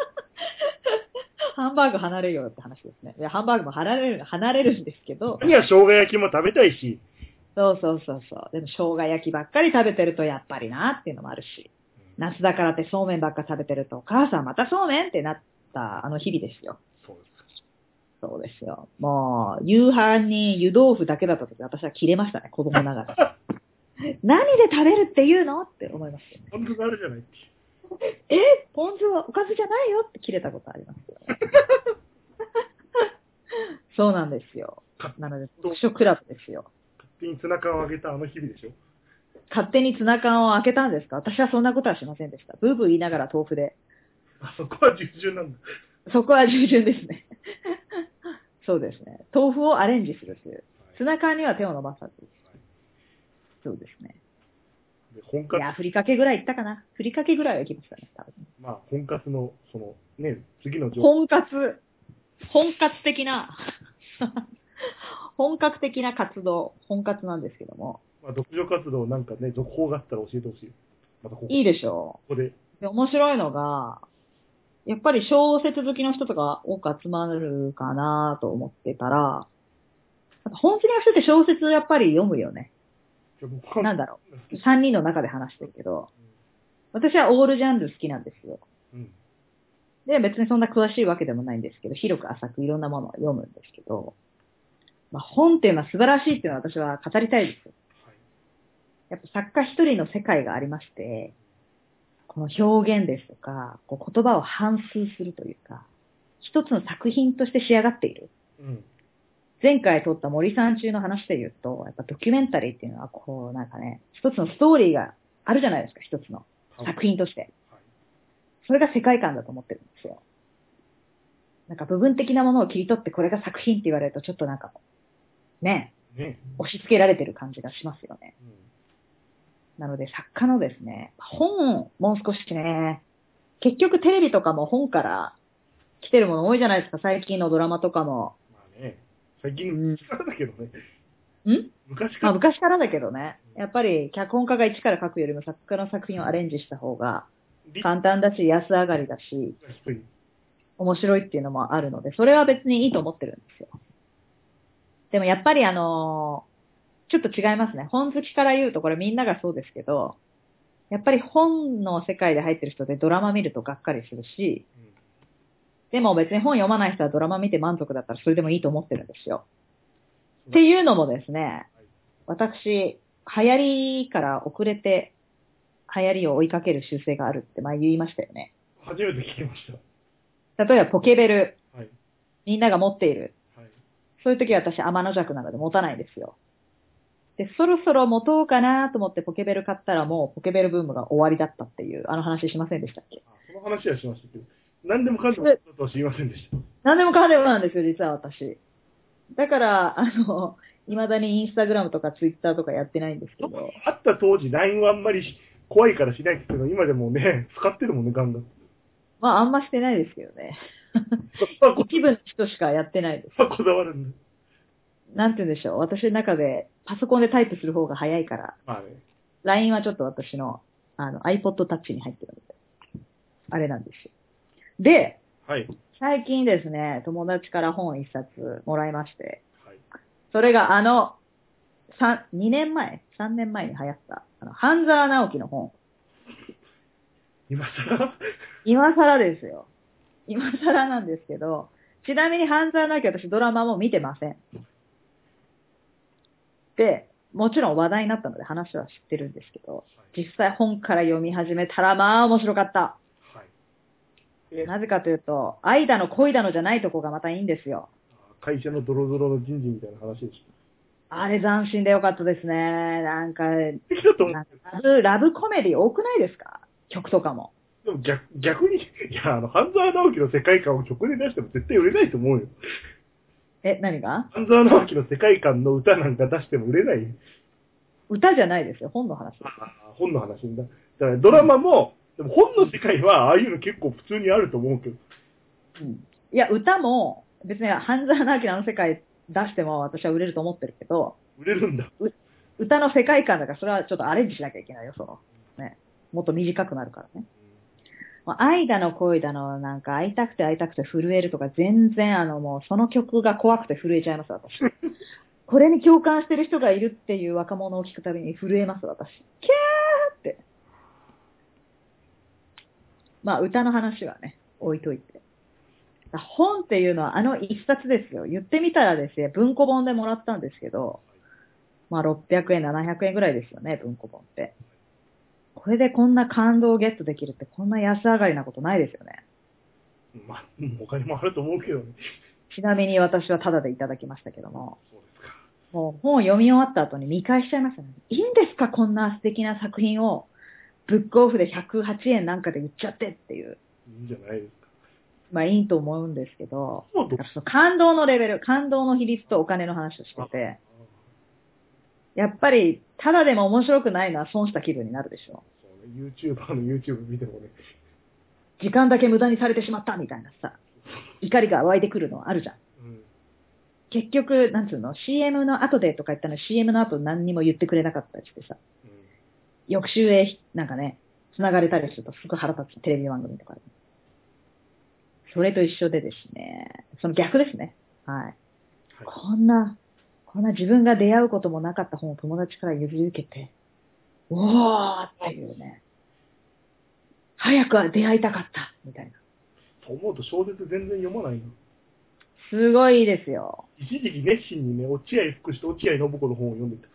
ハンバーグ離れようって話ですね。いや、ハンバーグも離れるんですけど。 いや、生姜焼きも食べたいし。 そうそうそうそう。でも生姜焼きばっかり食べてるとやっぱりなっていうのもあるし。夏だからってそうめんばっか食べてると、お母さんまたそうめんってなったあの日々ですよ。 そうです。 そうですよ。もう、夕飯に湯豆腐だけだった時私は切れましたね、子供ながら。何で食べるって言うのって思いますよね。 ポン酢があるじゃないって。 ポン酢はおかずじゃないよって切れたことありますよ。そうなんですよ。なので、読書クラブですよ。 勝手にツナ缶をあげたあの日々でしょ。 勝手にツナ缶を開けたんですか？私はそんなことはしませんでした。ブーブー言いながら豆腐で。 あそこは従順なんだ。 そこは従順ですね。そうですね。豆腐をアレンジするという。ツナ缶には手を伸ばさず。そうですね。 で本格いや、ふりかけぐらいいったかな。ふりかけぐらいはいきましたね、多分。 まあ、本格の、ね、次の本格的な、本格的な活動、本格なんですけども。 まあ、読書活動なんかね、続報があったら教えてほしい。またここいいでしょここで。 で、面白いのが、やっぱり小説好きの人とか多く集まるかなと思ってたら、本好きな人って小説やっぱり読むよね。なんだろう。3人の中で話してるけど、私はオールジャンル好きなんですよ。 うん。 で、別にそんな詳しいわけでもないんですけど、広く浅くいろんなものを読むんですけど、まあ、本っていうのは素晴らしいっていうのは私は語りたいですよ。 はい。 やっぱ作家一人の世界がありまして、この表現ですとか、こう言葉を反芻するというか、一つの作品として仕上がっている。 うん。 前回撮った森さん中の話で言うと、やっぱドキュメンタリーっていうのはこうなんかね、一つのストーリーがあるじゃないですか、一つの作品として。 はい。 それが世界観だと思ってるんですよ。なんか部分的なものを切り取ってこれが作品って言われるとちょっとなんか、ね、 ね。 押し付けられてる感じがしますよね。 うん。 なので作家のですね、本をもう少しね、結局テレビとかも本から来てるもの多いじゃないですか、最近のドラマとかも。 まあね、最近昔からだけどね。昔から。 まあ昔からだけどね、やっぱり脚本家が一から書くよりも作家の作品をアレンジした方が簡単だし、安上がりだし、 低い。 面白いっていうのもあるので、それは別にいいと思ってるんですよ。でもやっぱりちょっと違いますね。本好きから言うと、これみんながそうですけど、やっぱり本の世界で入ってる人でドラマ見るとがっかりするし、でも別に本読まない人はドラマ見て満足だったらそれでもいいと思ってるんですよ。っていうのもですね、私、流行りから遅れて流行りを追いかける習性があるって前言いましたよね。 初めて聞きまし例えばポケベル、 た。はい。 みんなが持っている。 はい。 そういう時は私天の弱なので持たないんですよ。で、そろそろ持とうかなと思ってポケベル買ったらもうポケベルブームが終わりだったっていう、あの話しませんでしたっけ？ その話はしましたけど、何でもかんでもだとは知りませんでした。 何でもかんでもなんですよ、実は私。だから、未だにインスタグラムとかツイッターとかやってないんですけど。 あった当時、LINE はあんまり怖いからしないって言うけど、今でもね、使ってるもんね、ガンガン。 まあ、あんましてないですけどね。 そこは一部の人しかやってないです。 こだわるんだ。 なんて言うんでしょう。私の中でパソコンでタイプする方が早いから、 まあね。 LINE はちょっと私の、iPod Touch に入ってるので、あれなんですよ。で、 はい。 最近ですね、友達から本一冊もらいまして、 はい。 それが2年前 ?3 年前に流行った、半沢直樹の本。 今更今更ですよ。今更なんですけど、ちなみに半沢直樹私ドラマも見てません。で、もちろん話題になったので話は知ってるんですけど、実際本から読み始めたらまあ面白かった。 はい。 なぜかというと、愛だの恋だのじゃないとこがまたいいんですよ。 会社のドロドロの人事みたいな話でしあれ斬新でよかったですね。なんか、 ょ。だと思う。 ラブコメディ多くないですか？曲とかも。 でも逆に、いや、半沢直樹の世界観を曲で出しても絶対売れないと思うよ。 何が？ 半沢直樹の世界観の歌なんか出しても売れないよ。 歌じゃないですよ。本の話です。 本の話だ。だからドラマも、でも本の世界はああいうの結構普通にあると思うけど。 うん。いや、歌も、別に半沢直樹のあの世界出しても私は売れると思ってるけど、 売れるんだ。 歌の世界観だからそれはちょっとアレンジしなきゃいけないよ、ね。もっと短くなるからね。愛だの恋だの、なんか会いたくて会いたくて震えるとか全然もうその曲が怖くて震えちゃいます、私。これに共感してる人がいるっていう若者を聞くたびに震えます、私。キャーって。まあ歌の話はね、置いといて。本っていうのは一冊ですよ。言ってみたらですね、文庫本でもらったんですけど、まあ600円、700円ぐらいですよね、文庫本って。これでこんな感動をゲットできるってこんな安上がりなことないですよね。 まあ、お金もあると思うけどね。 ちなみに私はタダでいただきましたけども、 そうですか。 もう本を読み終わった後に見返しちゃいましたね。いいんですかこんな素敵な作品をブックオフで108円なんかで売っちゃってっていう。 いいんじゃないですか。 まあいいと思うんですけど、 そうとその感動のレベル、感動の比率とお金の話をしてて、やっぱりタダでも面白くないのは損した気分になるでしょ。 そうね、YouTuber の YouTube 見てもね。 時間だけ無駄にされてしまったみたいなさ、怒りが湧いてくるのはあるじゃん。 うん。 結局、なんつうの ?CM の後でとか言ったの CM の後何にも言ってくれなかったりしてさ、 うん、 翌週へなんかね、繋がれたりするとすぐ腹立つテレビ番組とかで。それと一緒でですね、その逆ですね。はい。 はい、 こんな自分が出会うこともなかった本を友達から譲り受けて、おーっていうね。早くは出会いたかった、みたいな。 そう思うと小説全然読まないの。 すごいですよ。 一時期熱心にね、落合福士と落合信子の本を読んでた。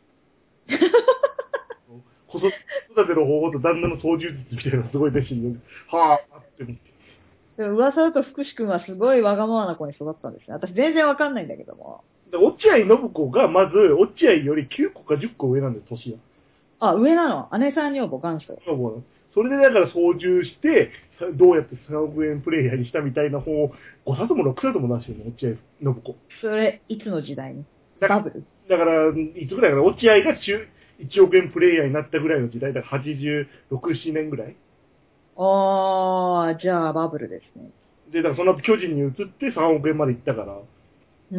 子育ての方法と旦那の操縦術みたいなのすごい熱心に読んで、はぁーって思って。 でも噂だと福士くんはすごいわがままな子に育ったんですね。私全然わかんないんだけども。 落合信子がまず、落合より9個か10個上なんです、年は。 あ、上なの？姉さん女房元祖。 それでだから操縦して、どうやって3億円プレイヤーにしたみたいな本を5冊も6冊も出してるの、落合信子。 それ、いつの時代に？バブル？ だから、いつぐらいかな、落合が1億円プレイヤーになったぐらいの時代、だから86、7年ぐらい。 じゃあバブルですね。 で、だからその後巨人に移って3億円まで行ったから、 うん。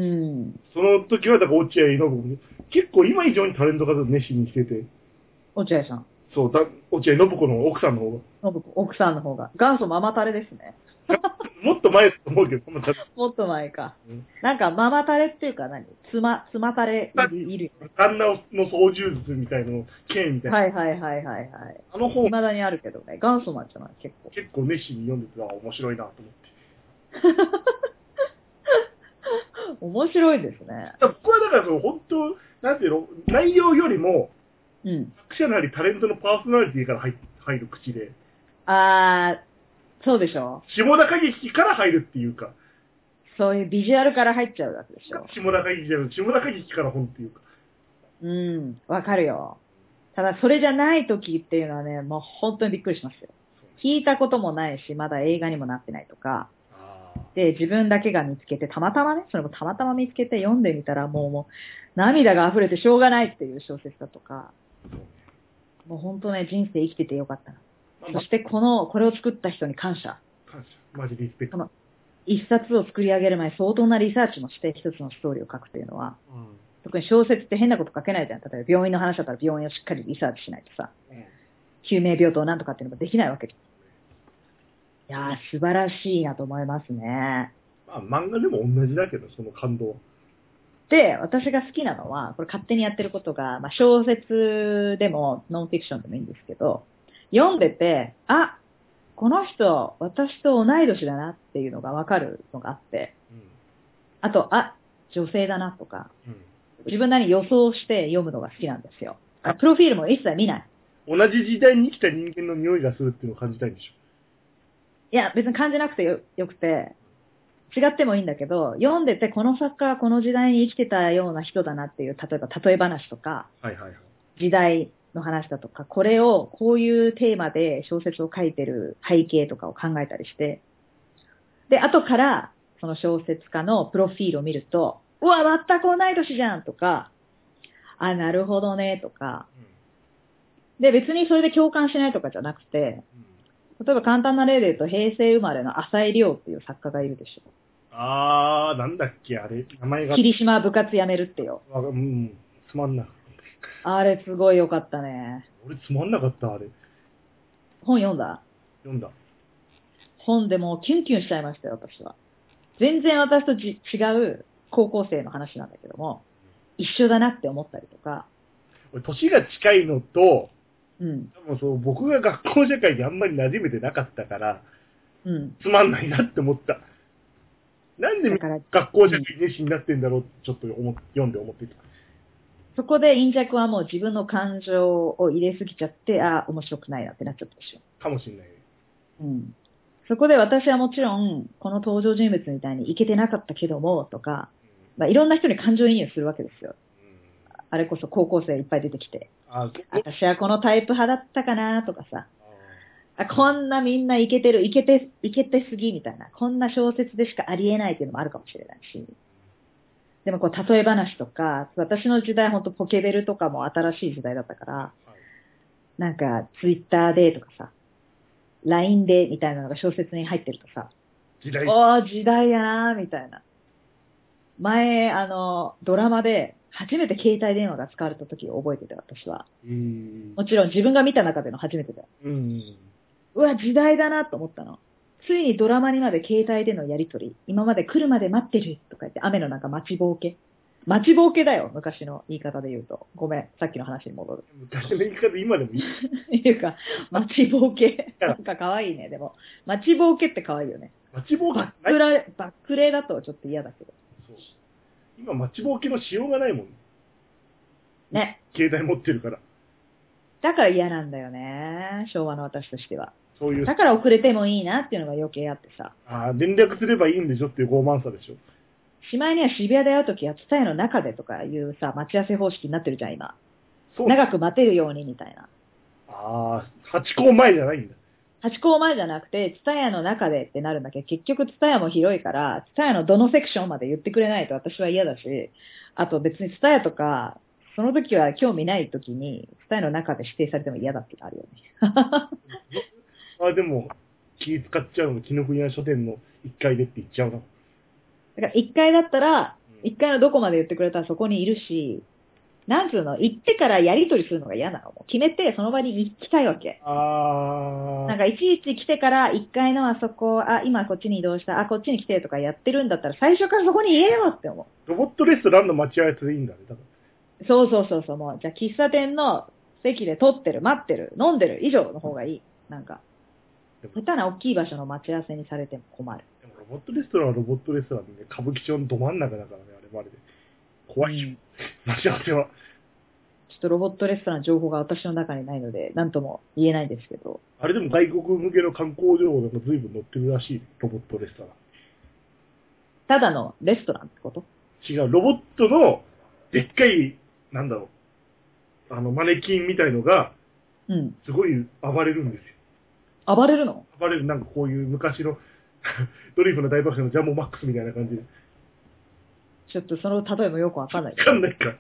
その時はだから落合信子、結構今以上にタレント活動熱心にしてて、 落合さん。 そう、落合信子の奥さんの方が。 奥さんの方が。元祖ママタレですね。 もっと前だと思うけど、 もっと前か。 うん、 なんかママタレっていうか妻タレいるよね。 旦那の操縦術みたいなの、剣みたいな。 はいはいはいはいはい。 あの本、 未だにあるけどね。元祖なんじゃない結構。 結構熱心に読んでて、面白いなと思って。 面白いですね。 僕はだから本当、なんていうの、内容よりも、 うん。 作者なりタレントのパーソナリティから入る口で。 そうでしょ。 下田景樹から入るっていうか。 そういうビジュアルから入っちゃうわけでしょ。 下田景樹じゃなくて、下田景樹から本っていうか。 うん。わかるよ。ただ、それじゃない時っていうのはね、もう本当にびっくりしますよ。聞いたこともないし、まだ映画にもなってないとか。で、自分だけが見つけて、たまたまね、それもたまたま見つけて読んでみたら、もう涙が溢れてしょうがないっていう小説だとか。もう本当ね、人生生きててよかったな。そしてこれを作った人に感謝。 感謝。マジリスペクト。 一冊を作り上げる前に相当なリサーチもして一つのストーリーを書くというのは、 うん。 特に小説って変なこと書けないじゃん。例えば病院の話だったら病院をしっかりリサーチしないとさ、救命病棟なんとかっていうのができないわけじゃん。いやー、素晴らしいなと思いますね。 まあ、漫画でも同じだけど、その感動は。 で、私が好きなのは、これ勝手にやってることが、まあ、小説でもノンフィクションでもいいんですけど、読んでて、あ、この人、私と同い年だなっていうのがわかるのがあって、あと、あ、女性だなとか、自分なりに予想して読むのが好きなんですよ。プロフィールも一切見ない。 同じ時代に生きた人間の匂いがするっていうのを感じたいんでしょ。 いや、別に感じなくてよくて、違ってもいいんだけど、読んでてこの作家はこの時代に生きてたような人だなっていう、例え話とか、 はいはいはい。 時代の話だとか、これをこういうテーマで小説を書いてる背景とかを考えたりして、で、後からその小説家のプロフィールを見ると、うわ、全く同い年じゃんとか、あ、なるほどねとか、で、別にそれで共感しないとかじゃなくて、例えば簡単な例で言うと、平成生まれの浅井亮っていう作家がいるでしょ。 なんだっけ、あれ、名前が。 霧島部活やめるってよ。 うん、つまんな。 あれすごい良かったね。 俺つまんなかった、あれ。 本読んだ？ 読んだ。 本でもキュンキュンしちゃいましたよ、私は。全然私と違う高校生の話なんだけども、一緒だなって思ったりとか。 俺、年が近いのと、 うん。 多分そう、僕が学校社会にあんまり馴染めてなかったから、 うん。 つまんないなって思った。なんでだから学校社会熱心になってんだろうってちょっと読んで思ってた。 そこで陰弱はもう自分の感情を入れすぎちゃって、あ、面白くないなってなっちゃったでしょ。 かもしれない。 うん。そこで私はもちろん、この登場人物みたいにいけてなかったけども、とか、まあ、いろんな人に感情移入するわけですよ。あれこそ高校生いっぱい出てきて。私はこのタイプ派だったかなとかさ。こんなみんないけてる、いけてすぎみたいな。こんな小説でしかありえないっていうのもあるかもしれないし。でもこう、例え話とか、私の時代ほんとポケベルとかも新しい時代だったから、なんかツイッターでとかさ、LINE でみたいなのが小説に入ってるとさ、時代やなみたいな。前、ドラマで初めて携帯電話が使われた時を覚えてて、私は。もちろん自分が見た中での初めてだよ。うわ、時代だなと思ったの。ついにドラマにまで携帯でのやりとり。今まで来るまで待ってるとか言って、雨の中待ちぼうけ。待ちぼうけだよ、昔の言い方で言うと。ごめん、さっきの話に戻る。 昔の言い方で今でもいい。 いうか、待ちぼうけ。なんか可愛いね、でも。待ちぼうけって可愛いよね。 待ちぼうけバックレだとちょっと嫌だけど。 そう。今待ちぼうけのしようがないもん。 ね。 携帯持ってるから。 だから嫌なんだよね、昭和の私としては。 そういう。 だから遅れてもいいなっていうのが余計あってさ。 連絡すればいいんでしょっていう傲慢さでしょ。 しまいには渋谷で会うときは、ツタヤの中でとかいうさ、待ち合わせ方式になってるじゃん、今。 そう長く待てるようにみたいな。 ハチ公前じゃないんだ。 ハチ公前じゃなくて、ツタヤの中でってなるんだけど、結局ツタヤも広いから、ツタヤのどのセクションまで言ってくれないと私は嫌だし、あと別にツタヤとか、その時は興味ない時に、ツタヤの中で指定されても嫌だってのあるよね。でも、気使っちゃうの、紀ノ国屋書店の1階でって言っちゃうな。 だから1階だったら、1階のどこまで言ってくれたらそこにいるし、なんつうの、行ってからやりとりするのが嫌なの。決めて、その場に行きたいわけ。なんか、いちいち来てから、1階のあそこ、今こっちに移動した、こっちに来てとかやってるんだったら、最初からそこに言えよって思う。 ロボットレストランの待ち合わせでいいんだね、だから。 そう、もう、じゃあ喫茶店の席で撮ってる、待ってる、飲んでる以上の方がいい。なんか、下手な大きい場所の待ち合わせにされても困る。 でもロボットレストランはロボットレストランで、ね、歌舞伎町のど真ん中だからね、あれまで。怖いよ、待ち合わせは。 ちょっとロボットレストラン情報が私の中にないので、なんとも言えないんですけど。 あれでも外国向けの観光情報でも随分載ってるらしい、ロボットレストラン。 ただのレストランってこと？ 違う、ロボットの、でっかい、なんだろう、マネキンみたいのが、すごい暴れるんですよ。 暴れるの？ 暴れる、なんかこういう昔の、ドリフの大爆笑のジャンボマックスみたいな感じで。 ちょっとその例えもよくわかんない。 わかんないか。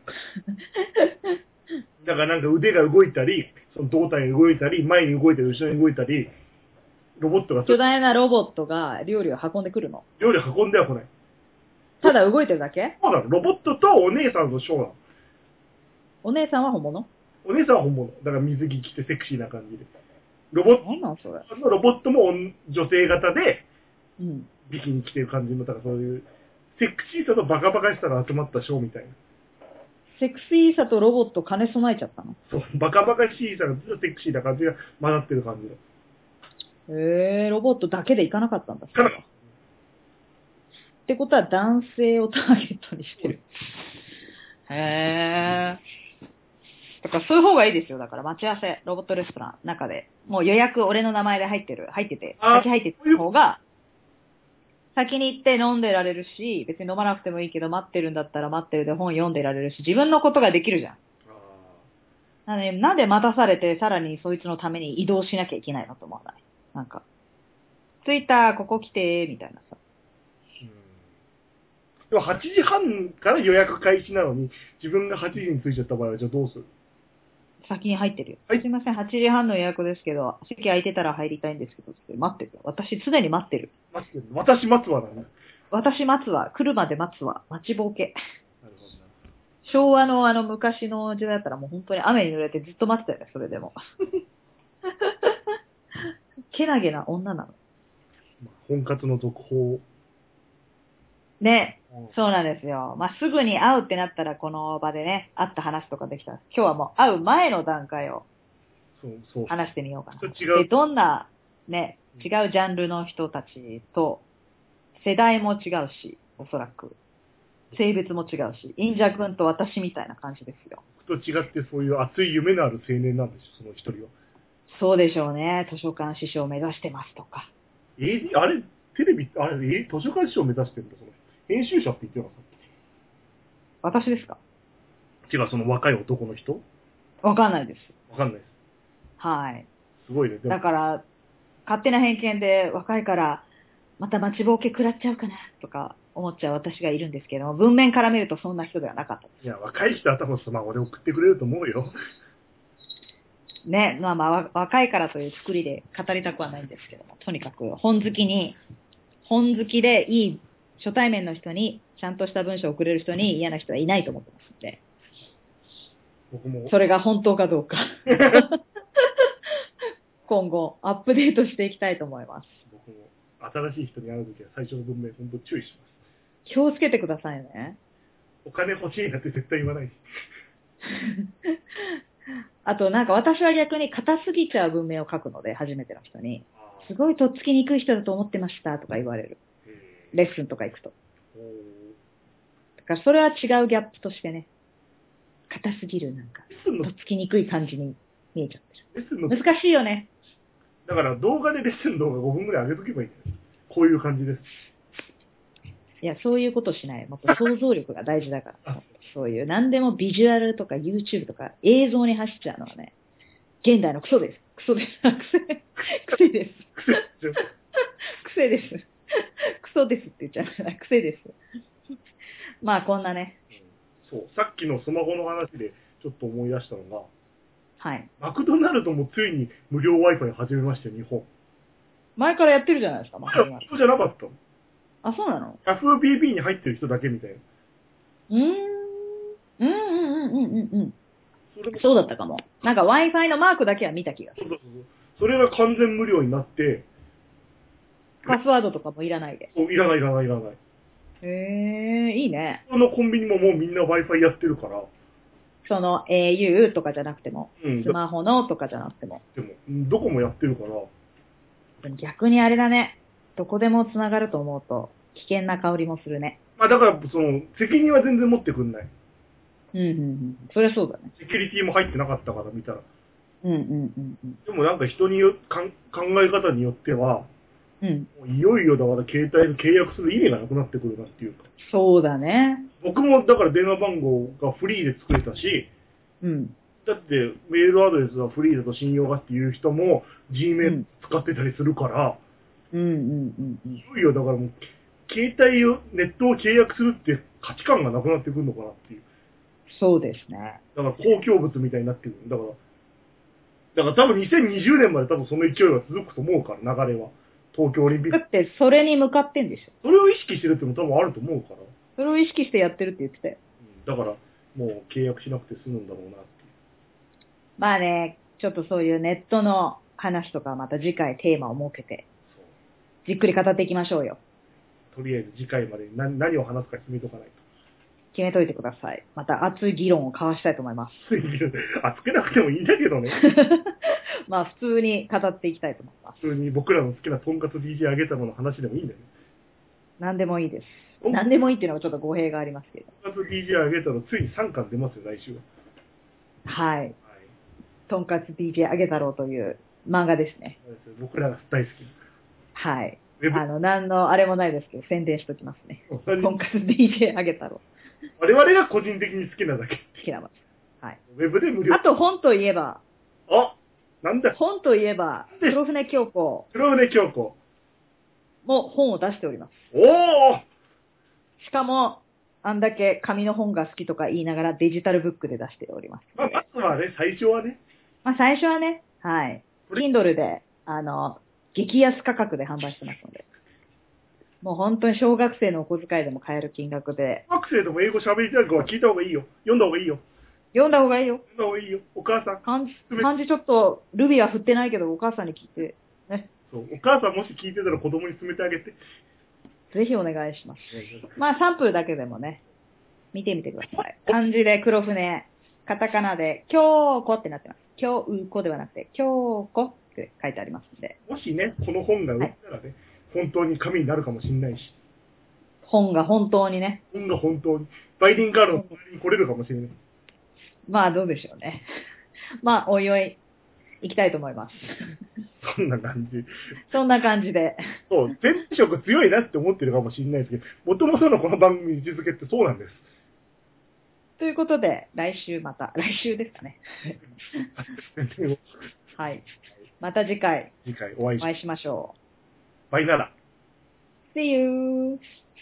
だからなんか腕が動いたり、その胴体が動いたり、前に動いたり、後ろに動いたり、 ロボットが。 巨大なロボットが料理を運んでくるの。 料理運んでは来ない。 ただ動いてるだけ？ そうなの。ロボットとお姉さんのショーなの。 お姉さんは本物？ お姉さんは本物。だから水着着てセクシーな感じで。ロボット、 なんなんそれ。 ロボットも女性型で、 うん。 ビキニ着てる感じの、だからそういう、セクシーさとバカバカしさが集まったショーみたいな。 セクシーさとロボット兼ね備えちゃったの？ そう、バカバカしいさがずっとセクシーな感じが混ざってる感じの。 ロボットだけでいかなかったんだ。 かなってことは男性をターゲットにしてる。へー。だからそういう方がいいですよ。だから待ち合わせ、ロボットレストラン中で。もう予約俺の名前で入ってて、先入ってた方が、先に行って飲んでられるし、別に飲まなくてもいいけど、待ってるんだったら待ってるで本読んでられるし、自分のことができるじゃん。なんで待たされて、さらにそいつのために移動しなきゃいけないのと思わない？なんか、着いた、ここ来て、みたいなさ。 でも8時半から予約開始なのに、自分が8時に着いちゃった場合は、じゃあどうする？ 先に入ってるよ。 はい、 すいません、8時半の予約ですけど、席空いてたら入りたいんですけど、待ってるよ。私、常に待ってる。 私待つわだね。 私待つわ。来るまで待つわ。待ちぼうけ。 なるほどな。 昭和の昔の時代だったらもう本当に雨に濡れてずっと待ってたよね、それでも。けなげな女なの。 婚活の続報。 ね、そうなんですよ。まあ、すぐに会うってなったらこの場でね、会った話とかできたら、今日はもう会う前の段階を話してみようかな。で、どんなね、違うジャンルの人たちと、世代も違うし、おそらく。性別も違うし、インジャ君と私みたいな感じですよ。 僕と違ってそういう熱い夢のある青年なんでしょ、その一人は。 そうでしょうね。図書館師匠を目指してますとか。 あれ、テレビ、あれ、図書館師匠を目指してるんだ、その人。編集者って言ってなかった？ 私ですか？ 違う、その若い男の人？ わかんないです。 わかんないです。 はい。 すごいね。 だから、勝手な偏見で若いから、また待ちぼうけ食らっちゃうかな、とか思っちゃう私がいるんですけど、文面から見るとそんな人ではなかったです。 いや、若い人は多分スマホで送ってくれると思うよ。 ね、まあ、若いからという作りで語りたくはないんですけども、とにかく本好きでいい初対面の人に、ちゃんとした文章を送れる人に嫌な人はいないと思ってますので、 僕もそれが本当かどうか今後アップデートしていきたいと思います。 僕も新しい人に会うときは最初の文面本当注意します。 気をつけてくださいね。 お金欲しいなって絶対言わないし。 あとなんか私は逆に硬すぎちゃう文面を書くので、初めての人に。すごいとっつきにくい人だと思ってましたとか言われる。レッスンとか行くと。だからそれは違うギャップとしてね。硬すぎるなんか、とっつきにくい感じに見えちゃってる。難しいよね。 だから動画でレッスン動画5分ぐらい上げとけばいいんだよ。こういう感じです。 いや、そういうことしない。もっと想像力が大事だから。そういう、何でもビジュアルとか YouTube とか映像に走っちゃうのはね、現代のクソです。クソです。癖です。癖です。クソですって言っちゃうから、癖です。まあ、こんなね。 そう、さっきのスマホの話でちょっと思い出したのが、 はい。 マクドナルドもついに無料 Wi-Fi 始めましたよ、日本。 前からやってるじゃないですか、マクドナルド。 そうじゃなかったの。 あ、そうなの？ FBB に入ってる人だけみたいな。 そうだったかも。なんか Wi-Fi のマークだけは見た気がする。 それが完全無料になって、 パスワードとかもいらないで。 いらない。 いいね。 そのコンビニももうみんな Wi-Fi やってるから。 その au とかじゃなくても、スマホのとかじゃなくても。 でも、どこもやってるから。 逆にあれだね。どこでも繋がると思うと、危険な香りもするね。 まあだから、責任は全然持ってくんない。 そりゃそうだね。 セキュリティも入ってなかったから見たら。 でもなんか人に考え方によっては、いよいよだから携帯で契約する意味がなくなってくるなっていうか。 そうだね。 僕もだから電話番号がフリーで作れたし、だってメールアドレスはフリーだと信用がっていう人も Gmail 使ってたりするから、いよいよだからもう、携帯を、ネットを契約するって価値観がなくなってくるのかなっていう。 そうですね。 だから公共物みたいになってくる。だから、 だから多分2020年まで多分その勢いは続くと思うから、流れは。東京オリンピック。 だってそれに向かってんでしょ。 それを意識してるってのも多分あると思うから。 それを意識してやってるって言ってたよ。 だから、もう契約しなくて済むんだろうなっていう。 まあね、ちょっとそういうネットの話とかまた次回テーマを設けて、じっくり語っていきましょうよ。 とりあえず次回までに何を話すか決めとかないと。 決めといてください。また熱い議論を交わしたいと思います。 熱くなくてもいいんだけどね。 まあ普通に語っていきたいと思います。 普通に僕らの好きなとんかつ DJ あげたのの話でもいいんだよね。 何でもいいです。何でもいいっていうのはちょっと語弊がありますけど。 とんかつ DJ あげたのついに3巻出ますよ、来週は。 はい。とんかつ DJ あげ太郎という漫画ですね。 僕らが大好き。 はい。何のあれもないですけど、宣伝しときますね。とんかつ DJ あげ太郎。 我々が個人的に好きなだけ。 好きなもの。はい。 ウェブで無料。 あと本といえば。 なんだ本といえば、黒船京子。 黒船京子。 も本を出しております。 おー！ しかも、あんだけ紙の本が好きとか言いながらデジタルブックで出しております。 まずはね、最初はね。 最初はね、はい。Kindle で、激安価格で販売してますので。もう本当に小学生のお小遣いでも買える金額で。 小学生でも英語喋りたい子は聞いた方がいいよ。読んだ方がいいよ。 読んだ方がいいよ。 読んだ方がいいよ。お母さん。 漢字ちょっと、ルビは振ってないけど、お母さんに聞いて、ね。 そう。お母さんもし聞いてたら子供に勧めてあげて。 ぜひお願いします。まあ、サンプルだけでもね、見てみてください。漢字で黒船、カタカナで、京子ってなってます。京うこではなくて、京子って書いてありますんで。 もしね、この本が売ったらね、本当に紙になるかもしれないし。 本が本当にね。 本が本当に。バイディンガールの隣に来れるかもしれない。 まあ、どうでしょうね。まあ、おいおい、行きたいと思います。 そんな感じ。 そんな感じで。 そう、前職強いなって思ってるかもしれないですけど、もともとのこの番組の位置づけってそうなんです。 ということで、来週ですかね。はい。また次回お会いしましょう。バイなら。 See you!